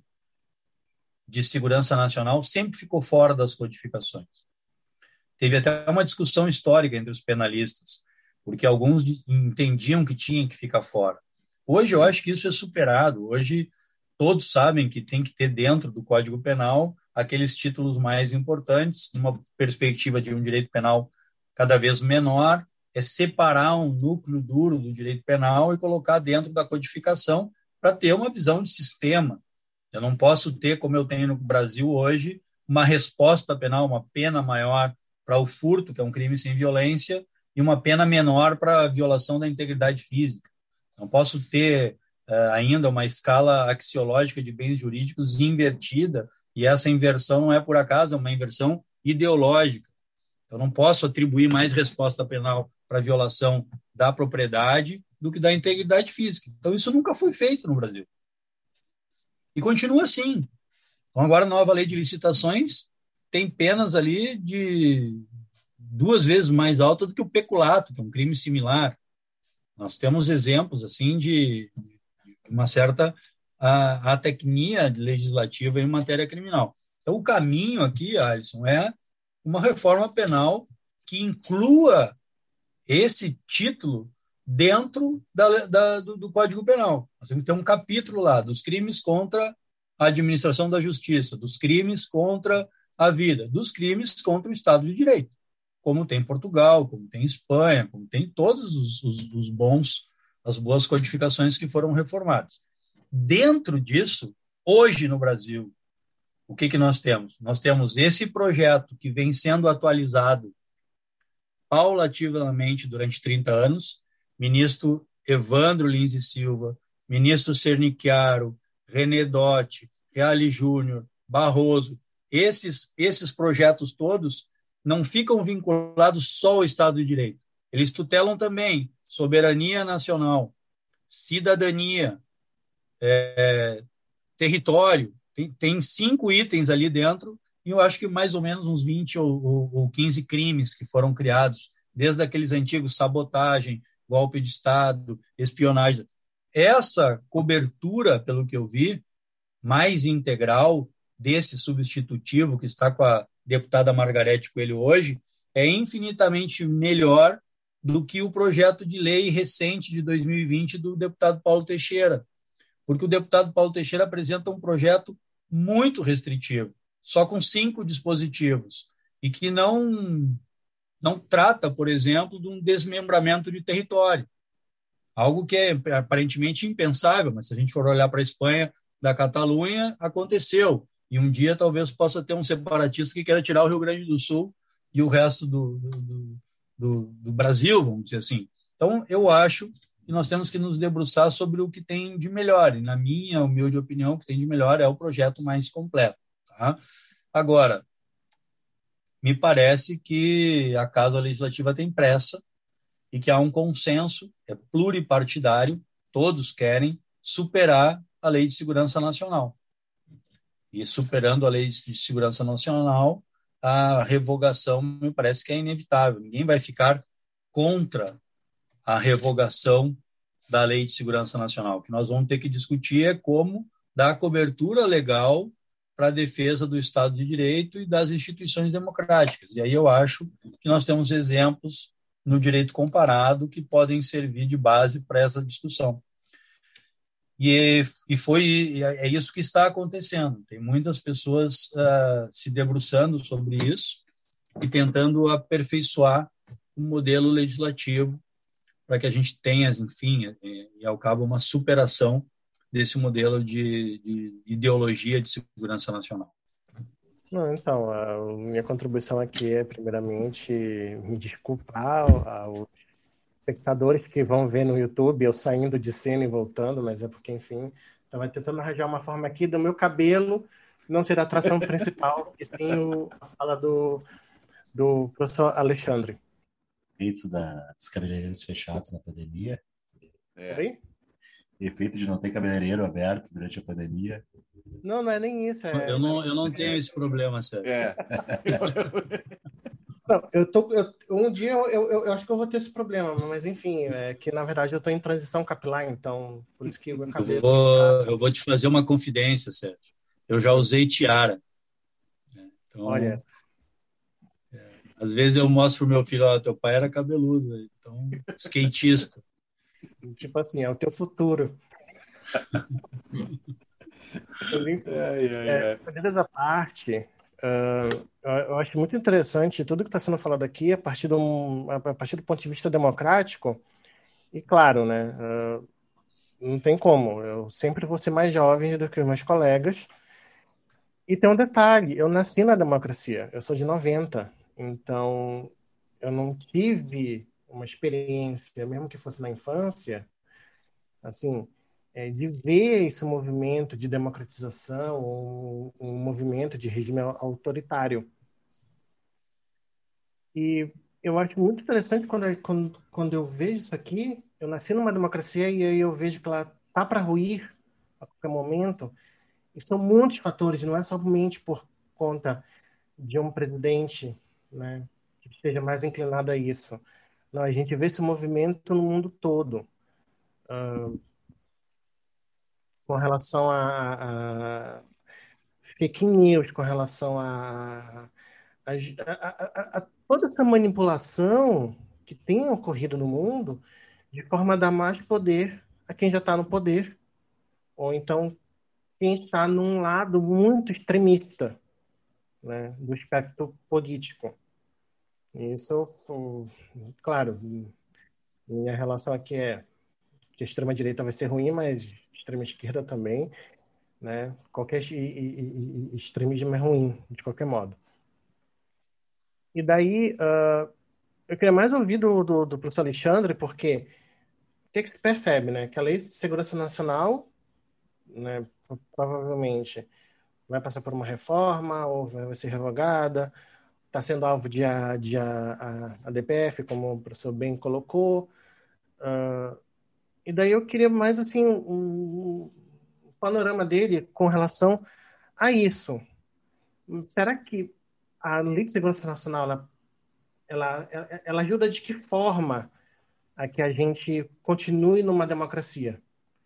de segurança nacional sempre ficou fora das codificações. Teve até uma discussão histórica entre os penalistas, porque alguns entendiam que tinha que ficar fora. Hoje eu acho que isso é superado. Hoje todos sabem que tem que ter dentro do Código Penal aqueles títulos mais importantes, numa perspectiva de um direito penal cada vez menor, é separar um núcleo duro do direito penal e colocar dentro da codificação para ter uma visão de sistema. Eu não posso ter, como eu tenho no Brasil hoje, uma resposta penal, uma pena maior para o furto, que é um crime sem violência, e uma pena menor para a violação da integridade física. Não posso ter ainda uma escala axiológica de bens jurídicos invertida, e essa inversão não é por acaso, é uma inversão ideológica. Eu não posso atribuir mais resposta penal para a violação da propriedade do que da integridade física. Então, isso nunca foi feito no Brasil. E continua assim. Então, agora a nova lei de licitações tem penas ali de 2 vezes mais alta do que o peculato, que é um crime similar. Nós temos exemplos assim de uma certa atecnia legislativa em matéria criminal. Então, o caminho aqui, Alisson, é uma reforma penal que inclua esse título dentro do Código Penal. Nós temos que ter um capítulo lá dos crimes contra a administração da justiça, dos crimes contra a vida, dos crimes contra o Estado de Direito, como tem Portugal, como tem Espanha, como tem todos as boas codificações que foram reformadas. Dentro disso, hoje no Brasil, o que nós temos? Nós temos esse projeto que vem sendo atualizado paulativamente durante 30 anos, ministro Evandro Lins e Silva, ministro Sernichiaro, René Dotti, Reale Júnior, Barroso, esses projetos todos não ficam vinculados só ao Estado de Direito. Eles tutelam também soberania nacional, cidadania, território. Tem 5 itens ali dentro, e eu acho que mais ou menos uns 20 ou 15 crimes que foram criados, desde aqueles antigos sabotagem, golpe de Estado, espionagem. Essa cobertura, pelo que eu vi, mais integral desse substitutivo que está com a deputada Margarete Coelho hoje, é infinitamente melhor do que o projeto de lei recente de 2020 do deputado Paulo Teixeira, porque o deputado Paulo Teixeira apresenta um projeto muito restritivo, só com 5 dispositivos, e que não trata, por exemplo, de um desmembramento de território, algo que é aparentemente impensável, mas se a gente for olhar para a Espanha, da Catalunha, aconteceu, e um dia talvez possa ter um separatista que queira tirar o Rio Grande do Sul e o resto do Brasil, vamos dizer assim. Então, eu acho que nós temos que nos debruçar sobre o que tem de melhor, e na minha humilde opinião, o que tem de melhor é o projeto mais completo. Tá? Agora, me parece que a Casa Legislativa tem pressa e que há um consenso, é pluripartidário, todos querem superar a Lei de Segurança Nacional. E superando a Lei de Segurança Nacional, a revogação me parece que é inevitável. Ninguém vai ficar contra a revogação da Lei de Segurança Nacional. O que nós vamos ter que discutir é como dar cobertura legal para a defesa do Estado de Direito e das instituições democráticas. E aí eu acho que nós temos exemplos no direito comparado que podem servir de base para essa discussão. E é isso que está acontecendo. Tem muitas pessoas se debruçando sobre isso e tentando aperfeiçoar um modelo legislativo para que a gente tenha, enfim, e ao cabo, uma superação desse modelo de ideologia de segurança nacional. Não, então, a minha contribuição aqui é, primeiramente, me desculpar aos espectadores que vão ver no YouTube eu saindo de cena e voltando, mas é porque, enfim, estava tentando arranjar uma forma aqui do meu cabelo não ser a atração principal, e sim a fala do professor Alexandre. Efeitos dos cabeleireiros fechados na pandemia. Efeito de não ter cabeleireiro aberto durante a pandemia. Não é nem isso. Eu não tenho esse problema, Sérgio. Não, um dia eu acho que eu vou ter esse problema, mas enfim, que na verdade eu estou em transição capilar, então por isso que o meu cabelo... Eu vou te fazer uma confidência, Sérgio. Eu já usei tiara. Então, olha... Às vezes eu mostro pro meu filho, teu pai era cabeludo, então, skatista. Tipo assim, é o teu futuro. Brincadeiras à parte, eu acho muito interessante tudo que está sendo falado aqui a partir do ponto de vista democrático, e claro, né, não tem como, eu sempre vou ser mais jovem do que os meus colegas, e tem um detalhe, eu nasci na democracia, eu sou de 90, então eu não tive uma experiência, mesmo que fosse na infância, assim, de ver esse movimento de democratização, um movimento de regime autoritário. E eu acho muito interessante quando eu vejo isso aqui, eu nasci numa democracia e aí eu vejo que ela está para ruir a qualquer momento, e são muitos fatores, não é somente por conta de um presidente, né, que esteja mais inclinado a isso. Não, a gente vê esse movimento no mundo todo. Com relação a fake news, com relação a toda essa manipulação que tem ocorrido no mundo, de forma a dar mais poder a quem já está no poder, ou então quem está num lado muito extremista, né, do espectro político. Isso, claro, minha relação aqui é que a extrema-direita vai ser ruim, mas extrema-esquerda também, né? Qualquer extremismo é ruim, de qualquer modo. E daí, Eu queria mais ouvir do professor Alexandre, porque o que se percebe, né? Que a Lei de Segurança Nacional, né, provavelmente vai passar por uma reforma ou vai ser revogada, está sendo alvo de ADPF, como o professor bem colocou. E daí eu queria mais assim um panorama dele com relação a isso. Será que a Lei de Segurança Nacional ela ajuda de que forma a que a gente continue numa democracia?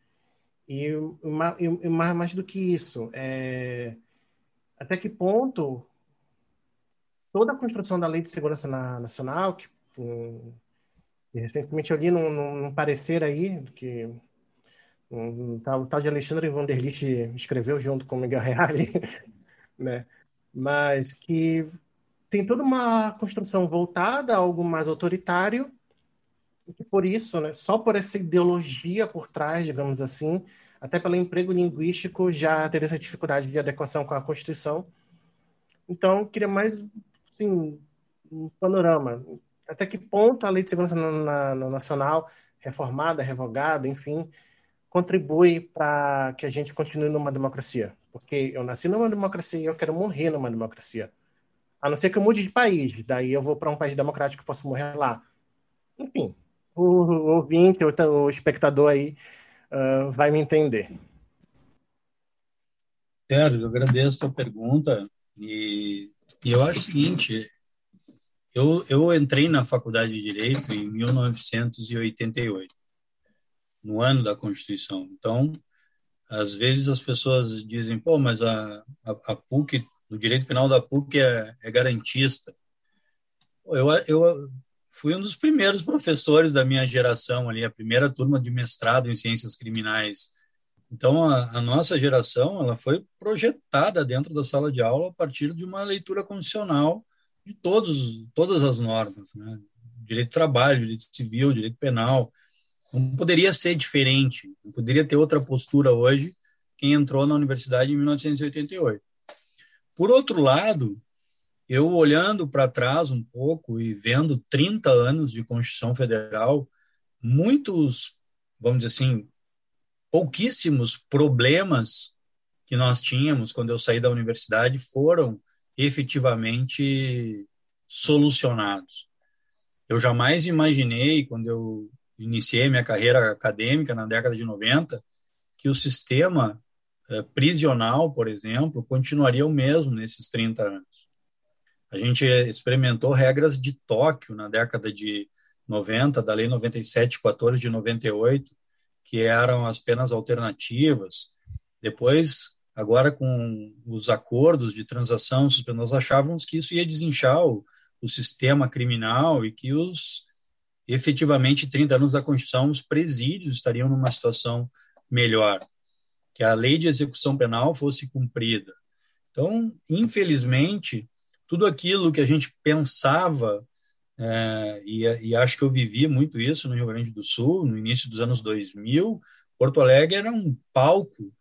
E mais do que isso, até que ponto toda a construção da Lei de Segurança Nacional, que recentemente eu li num parecer aí, que o tal de Alexandre von der Ligt escreveu junto com Miguel Reale, né? Mas que tem toda uma construção voltada a algo mais autoritário, e que por isso, né, só por essa ideologia por trás, digamos assim, até pelo emprego linguístico, já teria essa dificuldade de adequação com a Constituição. Então, eu queria mais, assim, um panorama. Até que ponto a Lei de Segurança Nacional, reformada, revogada, enfim, contribui para que a gente continue numa democracia? Porque eu nasci numa democracia e eu quero morrer numa democracia. A não ser que eu mude de país, daí eu vou para um país democrático e posso morrer lá. Enfim, o ouvinte, o espectador aí vai me entender. Sérgio, eu agradeço a tua pergunta e eu acho o seguinte, eu entrei na Faculdade de Direito em 1988, no ano da Constituição. Então, às vezes as pessoas dizem, pô, mas a PUC, o direito penal da PUC é garantista. Eu fui um dos primeiros professores da minha geração ali, a primeira turma de mestrado em ciências criminais. Então, a nossa geração ela foi projetada dentro da sala de aula a partir de uma leitura constitucional de todas as normas, né? Direito do trabalho, direito civil, direito penal. Não poderia ser diferente, não poderia ter outra postura hoje quem entrou na universidade em 1988. Por outro lado, eu olhando para trás um pouco e vendo 30 anos de Constituição Federal, muitos, vamos dizer assim, pouquíssimos problemas que nós tínhamos quando eu saí da universidade foram efetivamente solucionados. Eu jamais imaginei, quando eu iniciei minha carreira acadêmica na década de 90, que o sistema prisional, por exemplo, continuaria o mesmo nesses 30 anos. A gente experimentou regras de Tóquio na década de 90, da Lei 9714 de 98, que eram as penas alternativas. Depois, agora com os acordos de transação, nós achávamos que isso ia desinchar o sistema criminal e que efetivamente, 30 anos da Constituição, os presídios estariam numa situação melhor, que a lei de execução penal fosse cumprida. Então, infelizmente, tudo aquilo que a gente pensava, e acho que eu vivi muito isso no Rio Grande do Sul, no início dos anos 2000, Porto Alegre era um palco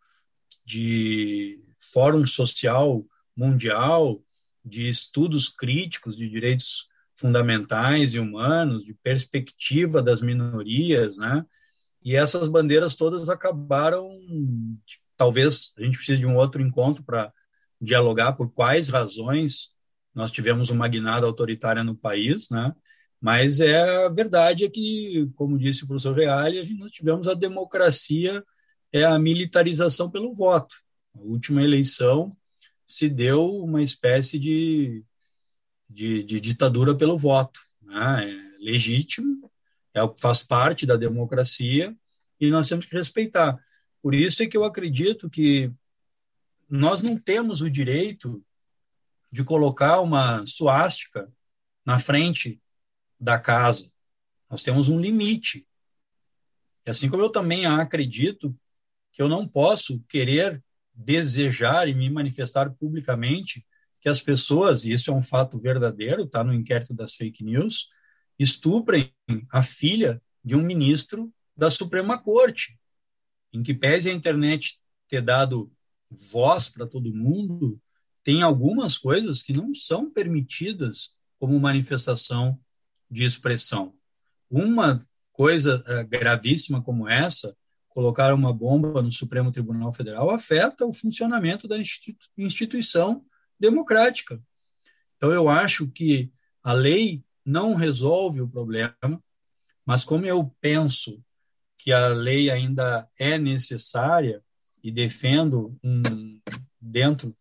de fórum social mundial, de estudos críticos de direitos fundamentais e humanos, de perspectiva das minorias, né? E essas bandeiras todas acabaram, talvez a gente precise de um outro encontro para dialogar por quais razões nós tivemos uma guinada autoritária no país, né? Mas a verdade é que, como disse o professor Reale, nós tivemos a democracia, a militarização pelo voto. A última eleição se deu uma espécie de ditadura pelo voto, né? É legítimo, faz parte da democracia e nós temos que respeitar. Por isso é que eu acredito que nós não temos o direito de colocar uma suástica na frente da casa. Nós temos um limite. E assim como eu também acredito que eu não posso querer desejar e me manifestar publicamente que as pessoas, e isso é um fato verdadeiro, está no inquérito das fake news, estuprem a filha de um ministro da Suprema Corte, em que pese a internet ter dado voz para todo mundo, tem algumas coisas que não são permitidas como manifestação de expressão. Uma coisa gravíssima como essa, colocar uma bomba no Supremo Tribunal Federal, afeta o funcionamento da instituição democrática. Então, eu acho que a lei não resolve o problema, mas como eu penso que a lei ainda é necessária e defendo dentro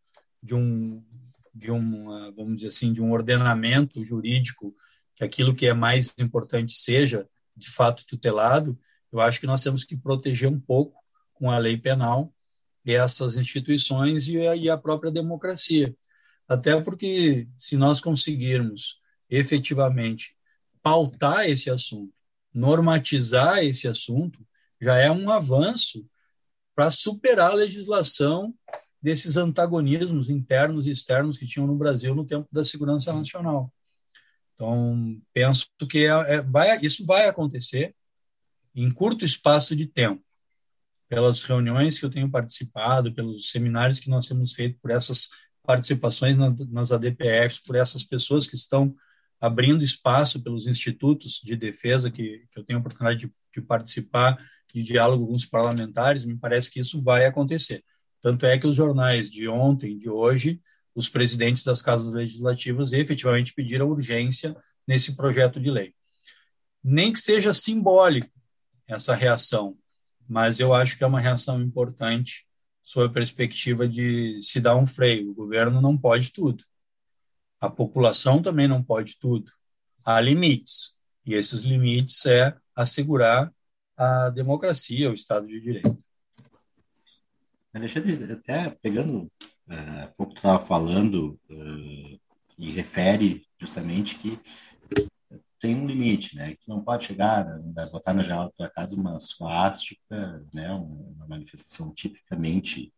vamos dizer assim, de um ordenamento jurídico, que aquilo que é mais importante seja, de fato, tutelado, eu acho que nós temos que proteger um pouco com a lei penal essas instituições e a própria democracia. Até porque, se nós conseguirmos efetivamente pautar esse assunto, normatizar esse assunto, já é um avanço para superar a legislação desses antagonismos internos e externos que tinham no Brasil no tempo da segurança nacional. Então, penso que isso vai acontecer em curto espaço de tempo, pelas reuniões que eu tenho participado, pelos seminários que nós temos feito, por essas participações nas ADPFs, por essas pessoas que estão abrindo espaço pelos institutos de defesa que eu tenho a oportunidade de participar, de diálogo com os parlamentares, me parece que isso vai acontecer. Tanto é que os jornais de ontem, de hoje, os presidentes das casas legislativas efetivamente pediram urgência nesse projeto de lei. Nem que seja simbólico essa reação, mas eu acho que é uma reação importante sob a perspectiva de se dar um freio. O governo não pode tudo. A população também não pode tudo. Há limites, e esses limites é assegurar a democracia, o Estado de Direito. Alexandre, até pegando há pouco tu estava falando e refere justamente que tem um limite, né? Que não pode chegar, botar na janela da tua casa uma suástica, né? Uma manifestação tipicamente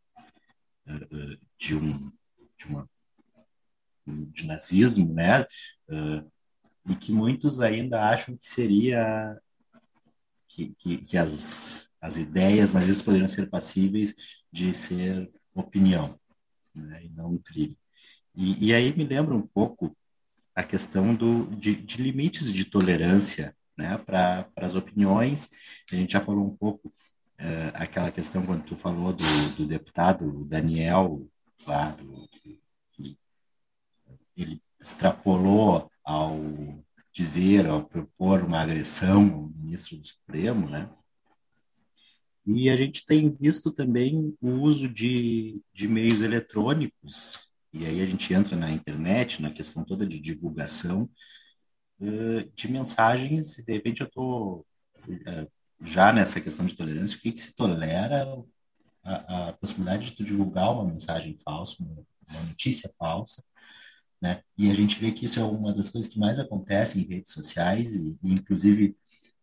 de nazismo, né? E que muitos ainda acham que seria que as ideias nazistas poderiam ser passíveis de ser opinião, né? E não um crime. E aí me lembra um pouco a questão de limites de tolerância, né, para as opiniões. A gente já falou um pouco aquela questão quando tu falou do deputado Daniel, lá, que ele extrapolou ao dizer, ao propor uma agressão ao ministro do Supremo, né? E a gente tem visto também o uso de meios eletrônicos, e aí a gente entra na internet, na questão toda de divulgação de mensagens, e de repente eu estou já nessa questão de tolerância, o que se tolera a possibilidade de tu divulgar uma mensagem falsa, uma notícia falsa, né? E a gente vê que isso é uma das coisas que mais acontece em redes sociais, e inclusive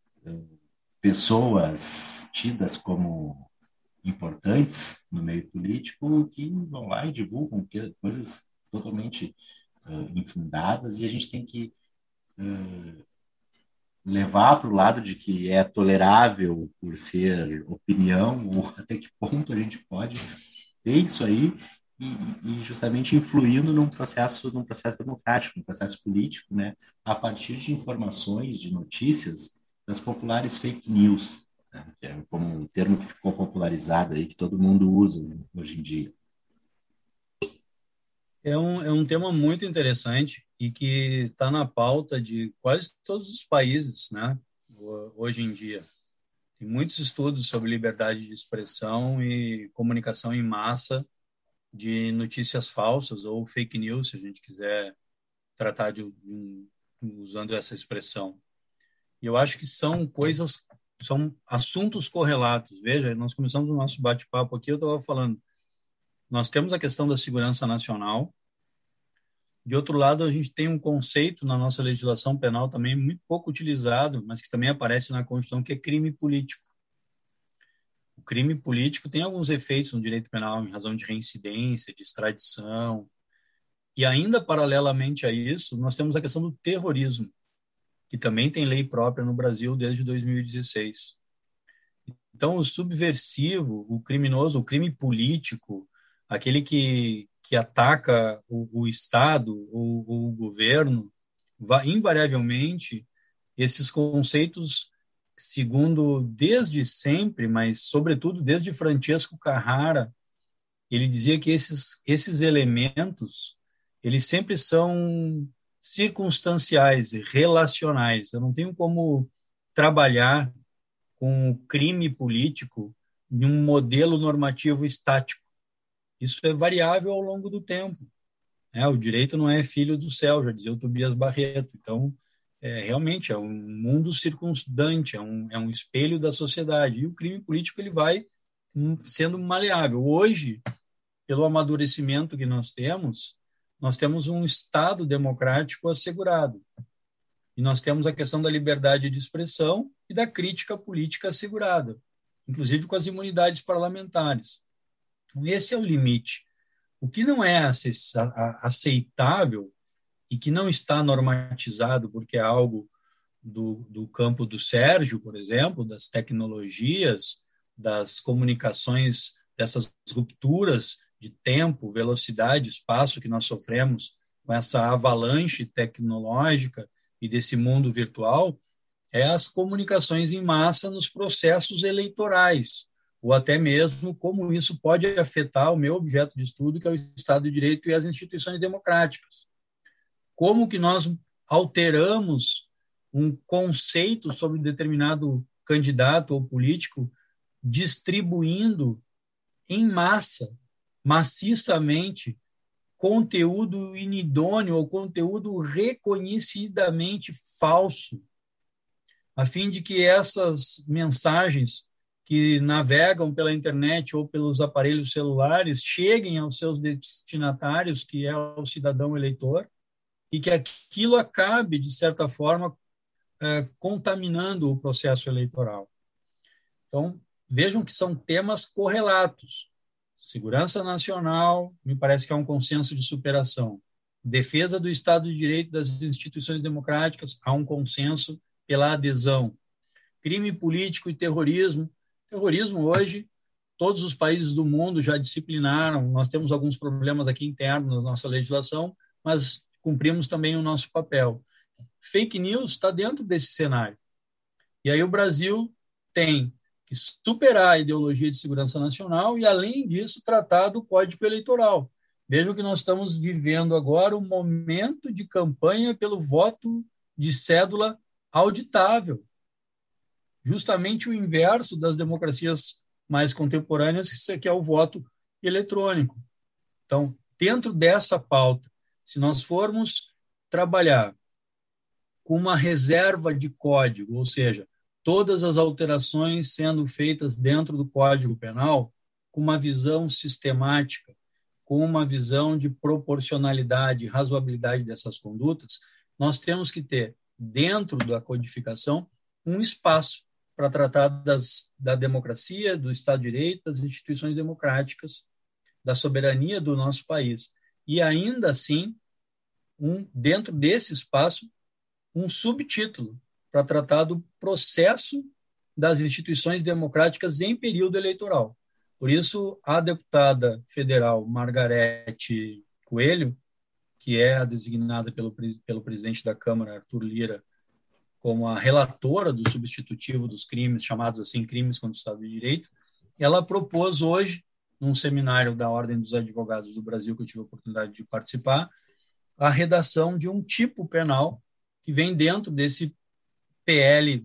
pessoas tidas como importantes no meio político que vão lá e divulgam coisas totalmente infundadas, e a gente tem que levar para o lado de que é tolerável por ser opinião, ou até que ponto a gente pode ter isso aí e justamente influindo num processo democrático, num processo político, né, a partir de informações, de notícias das populares fake news, né, que é como um termo que ficou popularizado aí, que todo mundo usa hoje em dia. É um tema muito interessante e que está na pauta de quase todos os países, né, hoje em dia. Tem muitos estudos sobre liberdade de expressão e comunicação em massa de notícias falsas ou fake news, se a gente quiser tratar usando essa expressão. E eu acho que são assuntos correlatos. Veja, nós começamos o nosso bate-papo aqui, eu estava falando, nós temos a questão da segurança nacional. De outro lado, a gente tem um conceito na nossa legislação penal também muito pouco utilizado, mas que também aparece na Constituição, que é crime político. O crime político tem alguns efeitos no direito penal, em razão de reincidência, de extradição. E ainda paralelamente a isso, nós temos a questão do terrorismo, que também tem lei própria no Brasil desde 2016. Então, o subversivo, o criminoso, o crime político, aquele que ataca o Estado, o governo, invariavelmente esses conceitos, segundo desde sempre, mas sobretudo desde Francesco Carrara, ele dizia que esses elementos, eles sempre são circunstanciais e relacionais. Eu não tenho como trabalhar com o crime político em um modelo normativo estático. Isso é variável ao longo do tempo. O direito não é filho do céu, já dizia o Tobias Barreto. Então, realmente é um mundo circundante, é um espelho da sociedade. E o crime político ele vai sendo maleável. Hoje, pelo amadurecimento que nós temos um Estado democrático assegurado. E nós temos a questão da liberdade de expressão e da crítica política assegurada, inclusive com as imunidades parlamentares. Então, esse é o limite. O que não é aceitável e que não está normatizado, porque é algo do campo do Sérgio, por exemplo, das tecnologias, das comunicações, dessas rupturas de tempo, velocidade, espaço que nós sofremos com essa avalanche tecnológica e desse mundo virtual, é as comunicações em massa nos processos eleitorais, ou até mesmo como isso pode afetar o meu objeto de estudo, que é o Estado de Direito e as instituições democráticas. Como que nós alteramos um conceito sobre determinado candidato ou político, distribuindo em massa, maciçamente, conteúdo inidôneo ou conteúdo reconhecidamente falso, a fim de que essas mensagens que navegam pela internet ou pelos aparelhos celulares cheguem aos seus destinatários, que é o cidadão eleitor, e que aquilo acabe, de certa forma, contaminando o processo eleitoral. Então, vejam que são temas correlatos. Segurança nacional, me parece que é um consenso de superação. Defesa do Estado de Direito das instituições democráticas, há um consenso pela adesão. Crime político e terrorismo. Terrorismo hoje, todos os países do mundo já disciplinaram, nós temos alguns problemas aqui internos na nossa legislação, mas cumprimos também o nosso papel. Fake news está dentro desse cenário. E aí o Brasil tem que superar a ideologia de segurança nacional e, além disso, tratar do Código Eleitoral. Vejam que nós estamos vivendo agora um momento de campanha pelo voto de cédula auditável. Justamente o inverso das democracias mais contemporâneas, que é o voto eletrônico. Então, dentro dessa pauta, se nós formos trabalhar com uma reserva de código, ou seja, todas as alterações sendo feitas dentro do Código Penal, com uma visão sistemática, com uma visão de proporcionalidade e razoabilidade dessas condutas, nós temos que ter, dentro da codificação, um espaço para tratar da democracia, do Estado de Direito, das instituições democráticas, da soberania do nosso país. E, ainda assim, dentro desse espaço, um subtítulo para tratar do processo das instituições democráticas em período eleitoral. Por isso, a deputada federal Margarete Coelho, que é a designada pelo presidente da Câmara, Arthur Lira, como a relatora do substitutivo dos crimes, chamados assim crimes contra o Estado de Direito, ela propôs hoje, num seminário da Ordem dos Advogados do Brasil, que eu tive a oportunidade de participar, a redação de um tipo penal que vem dentro desse PL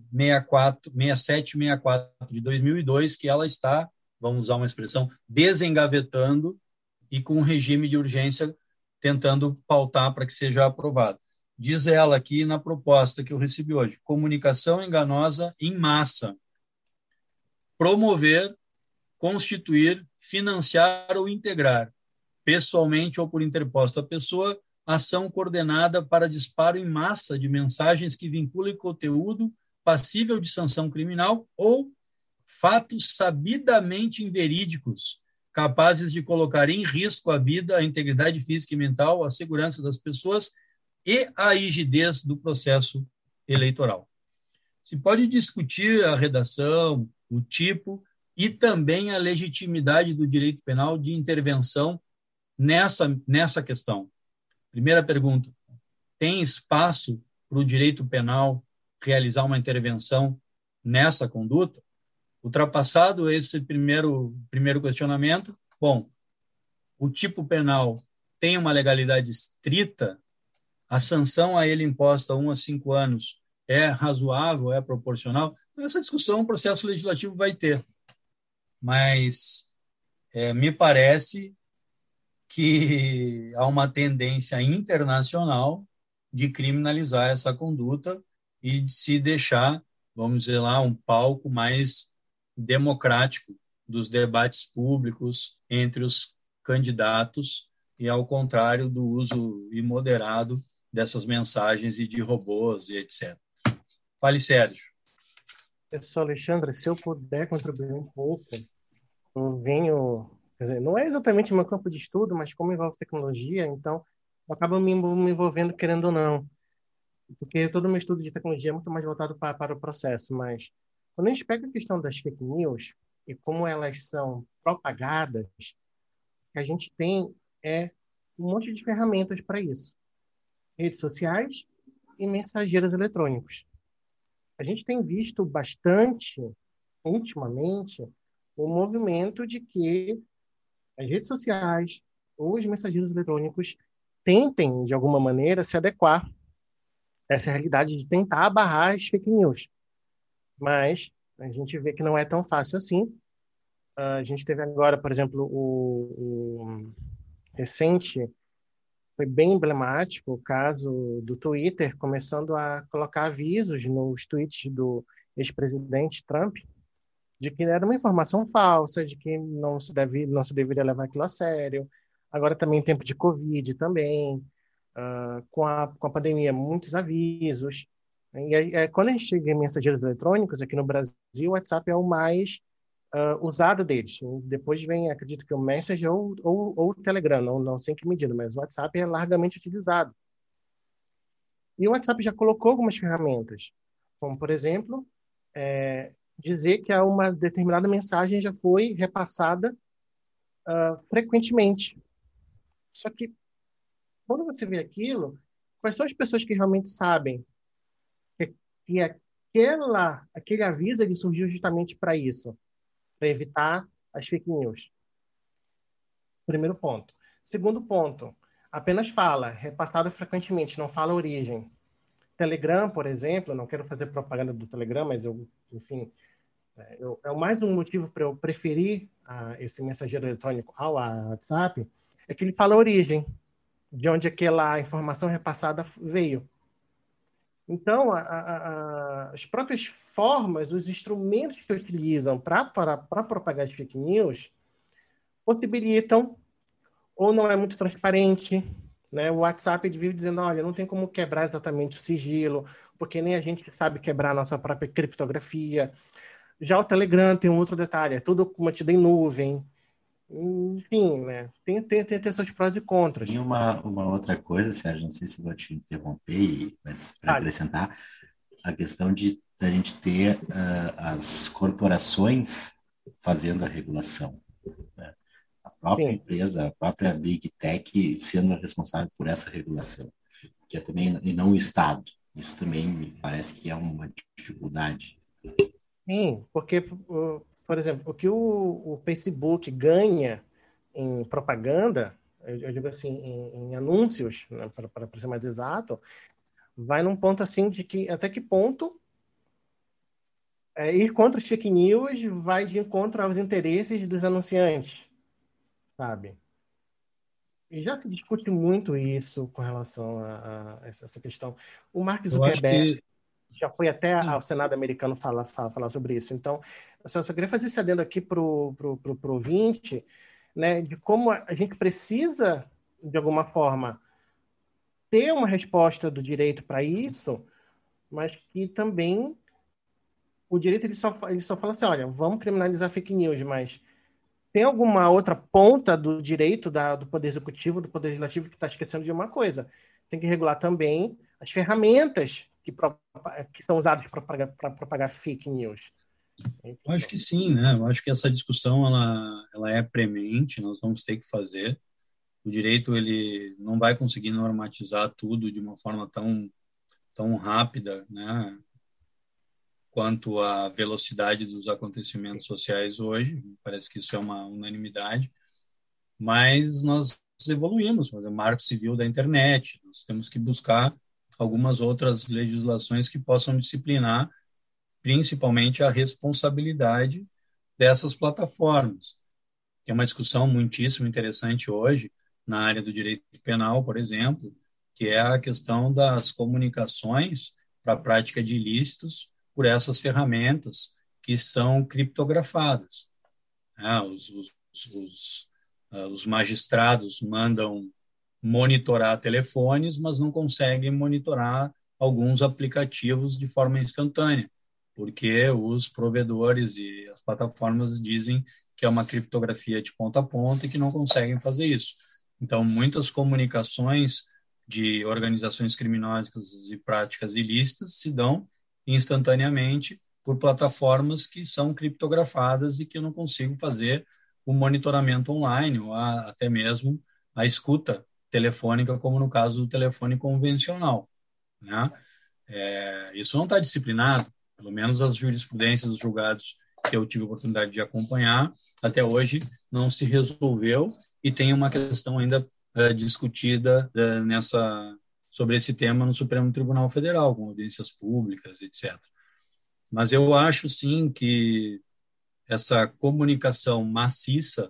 6764 de 2002, que ela está, vamos usar uma expressão, desengavetando e com um regime de urgência tentando pautar para que seja aprovado. Diz ela aqui na proposta que eu recebi hoje: comunicação enganosa em massa, promover, constituir, financiar ou integrar, pessoalmente ou por interposta pessoa, ação coordenada para disparo em massa de mensagens que vinculem conteúdo passível de sanção criminal ou fatos sabidamente inverídicos, capazes de colocar em risco a vida, a integridade física e mental, a segurança das pessoas e a rigidez do processo eleitoral. Se pode discutir a redação, o tipo e também a legitimidade do direito penal de intervenção nessa questão. Primeira pergunta: tem espaço para o direito penal realizar uma intervenção nessa conduta. Ultrapassado esse primeiro questionamento, bom, o tipo penal tem uma legalidade estrita, a sanção a ele imposta 1 a 5 anos é razoável, é proporcional? Então, essa discussão o processo legislativo vai ter. Mas me parece que há uma tendência internacional de criminalizar essa conduta e de se deixar, vamos dizer lá, um palco mais democrático dos debates públicos entre os candidatos e ao contrário do uso imoderado dessas mensagens e de robôs e etc. Fale, Sérgio. Professor Alexandre, se eu puder contribuir um pouco, eu venho, quer dizer, não é exatamente meu campo de estudo, mas como envolve tecnologia, então eu acabo me envolvendo querendo ou não, porque todo o meu estudo de tecnologia é muito mais voltado para o processo, mas quando a gente pega a questão das fake news e como elas são propagadas, que a gente tem um monte de ferramentas para isso. Redes sociais e mensageiros eletrônicos. A gente tem visto bastante, ultimamente, o movimento de que as redes sociais ou os mensageiros eletrônicos tentem, de alguma maneira, se adequar a essa realidade de tentar barrar as fake news. Mas a gente vê que não é tão fácil assim. A gente teve agora, por exemplo, o recente, foi bem emblemático o caso do Twitter começando a colocar avisos nos tweets do ex-presidente Trump de que era uma informação falsa, de que não se deveria levar aquilo a sério. Agora também em tempo de Covid também, com a pandemia, muitos avisos. E quando a gente chega em mensageiros eletrônicos, aqui no Brasil, o WhatsApp é o mais usado deles. Depois vem, acredito que o Messenger ou o Telegram, não sei em que medida, mas o WhatsApp é largamente utilizado. E o WhatsApp já colocou algumas ferramentas, como, por exemplo, dizer que uma determinada mensagem já foi repassada frequentemente. Só que, quando você vê aquilo, quais são as pessoas que realmente sabem que aquele aviso ele surgiu justamente para isso, para evitar as fake news? Primeiro ponto. Segundo ponto, apenas fala, repassado frequentemente, não fala a origem. Telegram, por exemplo, não quero fazer propaganda do Telegram, mas enfim, é mais um motivo para eu preferir esse mensageiro eletrônico ao WhatsApp, é que ele fala a origem, de onde aquela informação repassada veio. Então, as próprias formas, os instrumentos que utilizam para propagar as fake news possibilitam, ou não é muito transparente, né? O WhatsApp vive dizendo, olha, não tem como quebrar exatamente o sigilo, porque nem a gente sabe quebrar a nossa própria criptografia. Já o Telegram tem um outro detalhe, é tudo mantido em nuvem. Enfim, né? Tem seus prós e contras. Tem uma outra coisa, Sérgio, não sei se vou te interromper, mas para acrescentar, a questão de a gente ter as corporações fazendo a regulação, né? A própria empresa, a própria Big Tech sendo responsável por essa regulação, que é também, e não o Estado. Isso também me parece que é uma dificuldade. Sim, porque, por exemplo, o que o Facebook ganha em propaganda, eu digo assim, em anúncios, né, para ser mais exato, vai num ponto assim de que até que ponto ir contra as fake news vai de encontro aos interesses dos anunciantes, sabe? E já se discute muito isso com relação a essa questão. O Mark Zuckerberg já foi até ao Senado americano falar sobre isso. Então, eu só queria fazer esse adendo aqui para o ouvinte, né, de como a gente precisa, de alguma forma, ter uma resposta do direito para isso, mas que também o direito ele só fala assim, olha, vamos criminalizar fake news, mas tem alguma outra ponta do direito do Poder Executivo, do Poder Legislativo que está esquecendo de uma coisa. Tem que regular também as ferramentas que são usadas para propagar fake news. Eu acho que sim, né? Eu acho que essa discussão ela é premente, nós vamos ter que fazer. O direito ele não vai conseguir normatizar tudo de uma forma tão rápida, né? quanto à velocidade dos acontecimentos sociais hoje. Parece que isso é uma unanimidade. Mas nós evoluímos, o Marco Civil da internet, nós temos que buscar algumas outras legislações que possam disciplinar principalmente a responsabilidade dessas plataformas. Tem uma discussão muitíssimo interessante hoje na área do direito penal, por exemplo, que é a questão das comunicações para a prática de ilícitos por essas ferramentas que são criptografadas. Os magistrados mandam monitorar telefones, mas não conseguem monitorar alguns aplicativos de forma instantânea, porque os provedores e as plataformas dizem que é uma criptografia de ponta a ponta e que não conseguem fazer isso. Então, muitas comunicações de organizações criminosas e práticas ilícitas se dão instantaneamente por plataformas que são criptografadas e que eu não consigo fazer o monitoramento online ou até mesmo a escuta telefônica, como no caso do telefone convencional, né? Isso não está disciplinado, pelo menos as jurisprudências dos julgados que eu tive a oportunidade de acompanhar, até hoje não se resolveu e tem uma questão ainda discutida sobre esse tema no Supremo Tribunal Federal, com audiências públicas, etc. Mas eu acho, sim, que essa comunicação maciça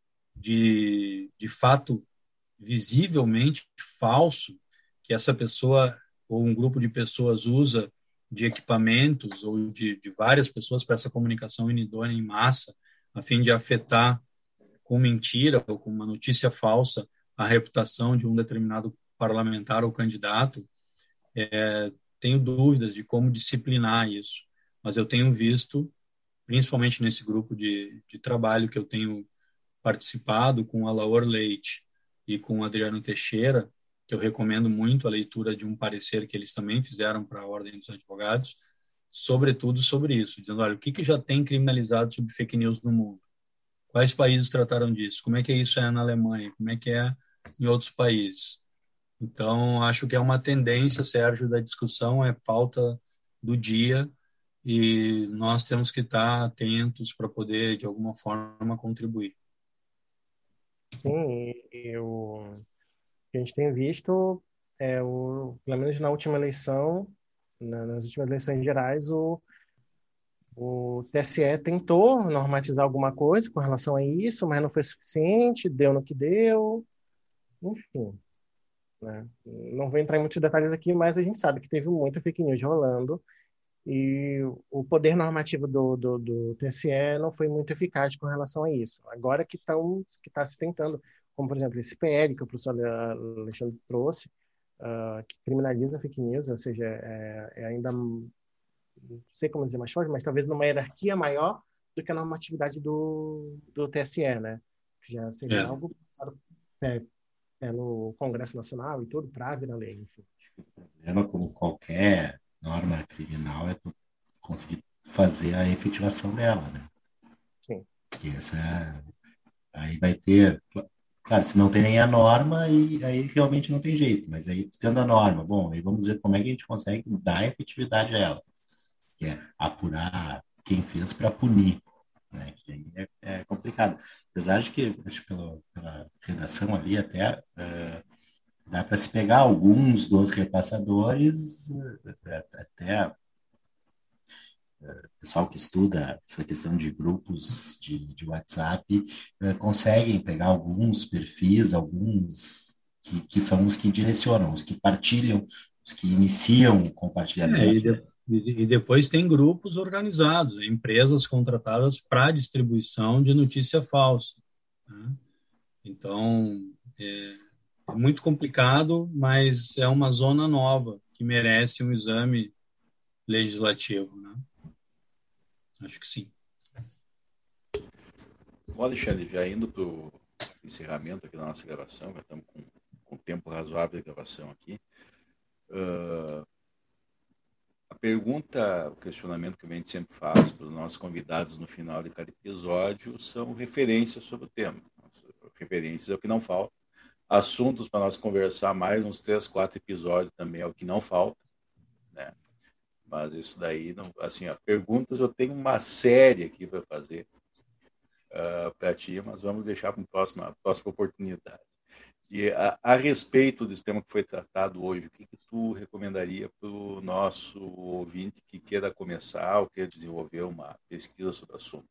de fato visivelmente falso que essa pessoa ou um grupo de pessoas usa de equipamentos ou de várias pessoas para essa comunicação inidônea em massa, a fim de afetar com mentira ou com uma notícia falsa a reputação de um determinado parlamentar ou candidato, tenho dúvidas de como disciplinar isso. Mas eu tenho visto, principalmente nesse grupo de trabalho que eu tenho participado com a Laor Leite e com o Adriano Teixeira, que eu recomendo muito a leitura de um parecer que eles também fizeram para a Ordem dos Advogados, sobretudo sobre isso, dizendo, olha, o que já tem criminalizado sobre fake news no mundo? Quais países trataram disso? Como é que isso é na Alemanha? Como é que é em outros países? Então, acho que é uma tendência, Sérgio, da discussão, é pauta do dia e nós temos que estar atentos para poder, de alguma forma, contribuir. Sim, o que a gente tem visto pelo menos na última eleição, nas últimas eleições gerais, o TSE tentou normatizar alguma coisa com relação a isso, mas não foi suficiente, deu no que deu, enfim. Né? Não vou entrar em muitos detalhes aqui, mas a gente sabe que teve muita fake news rolando e o poder normativo do TSE não foi muito eficaz com relação a isso. Agora que está se tentando, como por exemplo esse PL que o professor Alexandre trouxe, que criminaliza fake news, ou seja, ainda, não sei como dizer mais forte, mas talvez numa hierarquia maior do que a normatividade do TSE, né? Que já seria algo passado pelo Congresso Nacional e tudo para virar lei, enfim. O problema, como qualquer norma criminal, é tu conseguir fazer a efetivação dela, né? Sim. Que aí vai ter, claro, se não tem nem a norma, aí realmente não tem jeito, mas aí tendo a norma, bom, aí vamos dizer como é que a gente consegue dar efetividade a ela, que é apurar quem fez para punir, né? Que aí é complicado. Apesar de que, acho, pela redação ali até dá para se pegar alguns dos repassadores, até o pessoal que estuda essa questão de grupos de WhatsApp conseguem pegar alguns perfis, alguns que são os que direcionam, os que partilham, os que iniciam o compartilhamento. E depois tem grupos organizados, empresas contratadas para distribuição de notícia falsa, né? Então, é muito complicado, mas é uma zona nova que merece um exame legislativo, né? Acho que sim. Bom, Alexandre, já indo para o encerramento aqui da nossa gravação, já estamos com tempo razoável de gravação aqui. A pergunta, o questionamento que a gente sempre faz para os nossos convidados no final de cada episódio são referências sobre o tema. Referências é o que não falta. Assuntos para nós conversar mais uns 3, 4 episódios também é o que não falta, né? Mas isso daí, não, assim, perguntas eu tenho uma série aqui para fazer para ti, mas vamos deixar para uma próxima oportunidade. E a respeito desse tema que foi tratado hoje, o que tu recomendaria para o nosso ouvinte que queira começar ou queira desenvolver uma pesquisa sobre o assunto?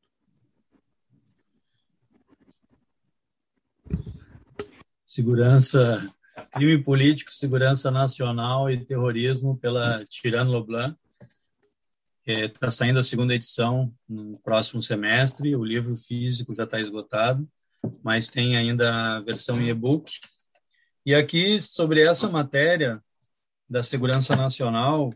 Segurança, crime político, segurança nacional e terrorismo pela Tirane Leblanc. Está saindo a segunda edição no próximo semestre. O livro físico já está esgotado, mas tem ainda a versão em e-book. E aqui, sobre essa matéria da segurança nacional,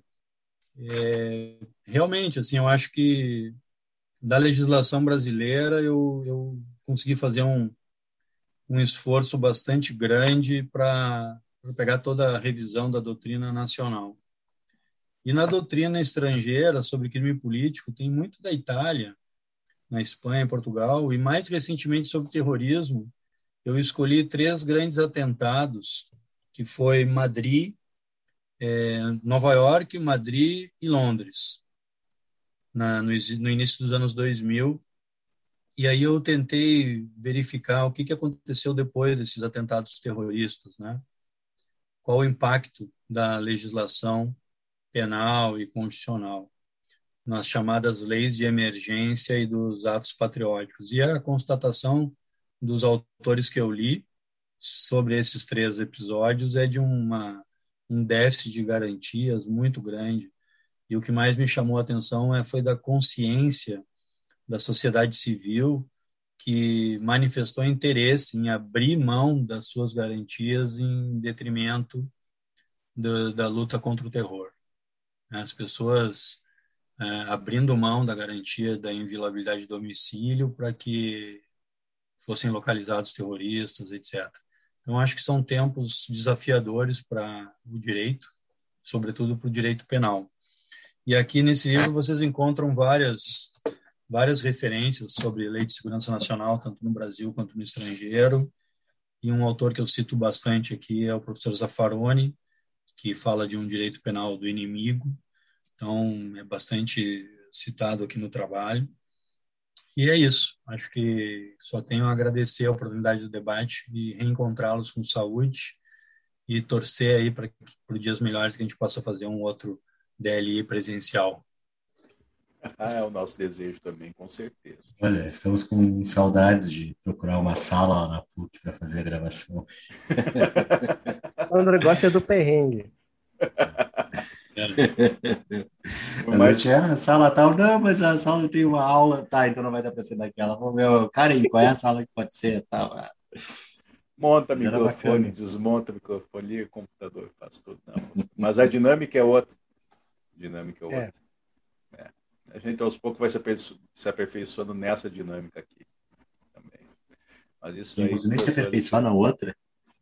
realmente, assim, eu acho que da legislação brasileira eu consegui fazer um esforço bastante grande para pegar toda a revisão da doutrina nacional. E na doutrina estrangeira sobre crime político tem muito da Itália, na Espanha, Portugal, e mais recentemente sobre terrorismo. Eu escolhi 3 grandes atentados, que foi Madrid, Nova York, Madrid e Londres, no início dos anos 2000. E aí eu tentei verificar o que aconteceu depois desses atentados terroristas, né? Qual o impacto da legislação penal e constitucional nas chamadas leis de emergência e dos atos patrióticos. E a constatação dos autores que eu li sobre esses 3 episódios é de um déficit de garantias muito grande. E o que mais me chamou a atenção foi da consciência da sociedade civil, que manifestou interesse em abrir mão das suas garantias em detrimento da luta contra o terror. As pessoas abrindo mão da garantia da inviolabilidade de domicílio para que fossem localizados terroristas, etc. Então, acho que são tempos desafiadores para o direito, sobretudo para o direito penal. E aqui nesse livro vocês encontram várias referências sobre lei de segurança nacional, tanto no Brasil quanto no estrangeiro. E um autor que eu cito bastante aqui é o professor Zaffaroni, que fala de um direito penal do inimigo. Então, é bastante citado aqui no trabalho. E é isso. Acho que só tenho a agradecer a oportunidade do debate e reencontrá-los com saúde e torcer aí para dias melhores que a gente possa fazer um outro DLI presencial. É o nosso desejo também, com certeza. Olha, estamos com saudades de procurar uma sala lá na PUC para fazer a gravação. O André gosta do perrengue. Mas tinha a sala tal, não, mas a sala tem uma aula, tá, então não vai dar para ser daquela. Meu, Karen, qual é a sala que pode ser? Tal. Monta microfone, desmonta microfone, liga o computador, faz tudo. Não. Mas a dinâmica é outra. A gente aos poucos vai se aperfeiçoando nessa dinâmica aqui também. Mas isso aí. Nem se aperfeiçoar na outra.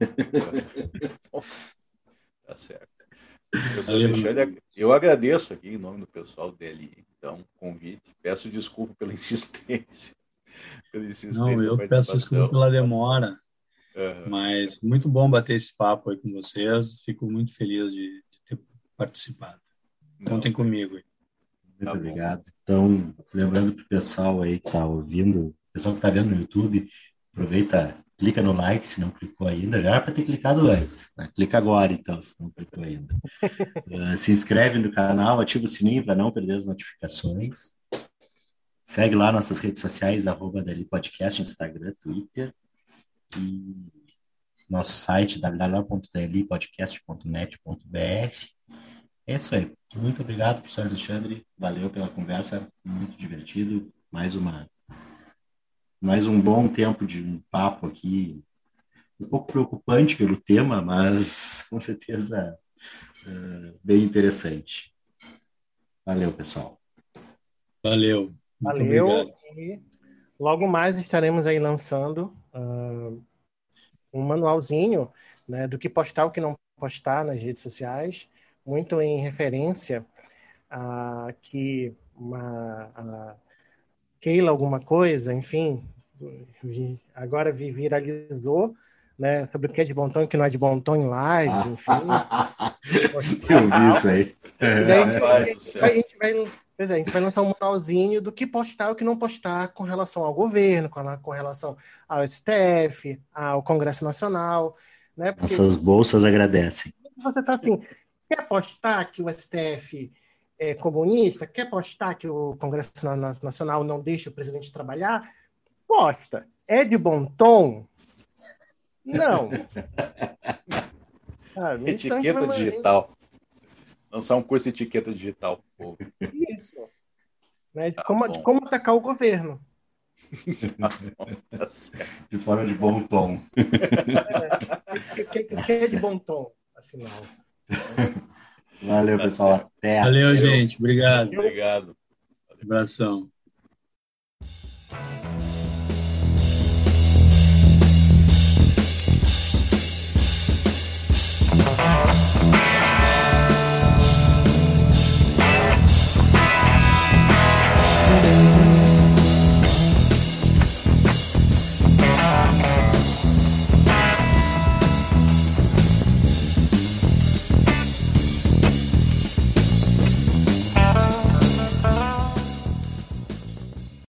Tá certo. Professor Alexandre, eu agradeço aqui em nome do pessoal do DLI, então, convite. Peço desculpa pela insistência. Não, eu peço desculpa pela demora. Mas muito bom bater esse papo aí com vocês. Fico muito feliz de ter participado. Contem comigo. Muito obrigado. Então, lembrando para o pessoal aí que está ouvindo, o pessoal que está vendo no YouTube, aproveita, clica no like, se não clicou ainda. Já era para ter clicado antes, né? Clica agora, então, se não clicou ainda. Se inscreve no canal, ativa o sininho para não perder as notificações. Segue lá nossas redes sociais, @DLIpodcast, Instagram, Twitter. E nosso site, www.dlipodcast.net.br. É isso aí. Muito obrigado, professor Alexandre. Valeu pela conversa, muito divertido. Mais um bom tempo de um papo aqui, um pouco preocupante pelo tema, mas com certeza bem interessante. Valeu, pessoal. Valeu. Valeu. E logo mais estaremos aí lançando um manualzinho, né, do que postar, o que não postar nas redes sociais, muito em referência a que a Keila alguma coisa, enfim, agora viralizou, né, sobre o que é de bom tom e o que não é de bom tom em lives, enfim. Eu vi isso aí. E daí Rapaz do céu. Pois é, a gente vai lançar um manualzinho do que postar e o que não postar com relação ao governo, com relação ao STF, ao Congresso Nacional, né? Porque Nossas bolsas agradecem. você tá assim, quer postar que o STF é comunista? Quer postar que o Congresso Nacional não deixa o presidente trabalhar? Posta. É de bom tom? Não. Sabe? Então, a gente Etiqueta digital. Lançar um curso de etiqueta digital. Pô, Isso. Né? De tá como bom. atacar o governo. Tá certo. De forma de bom tom. Que é de bom tom, afinal. Valeu, pessoal. Até. Valeu, Valeu. gente. Obrigado. Obrigado. Abração.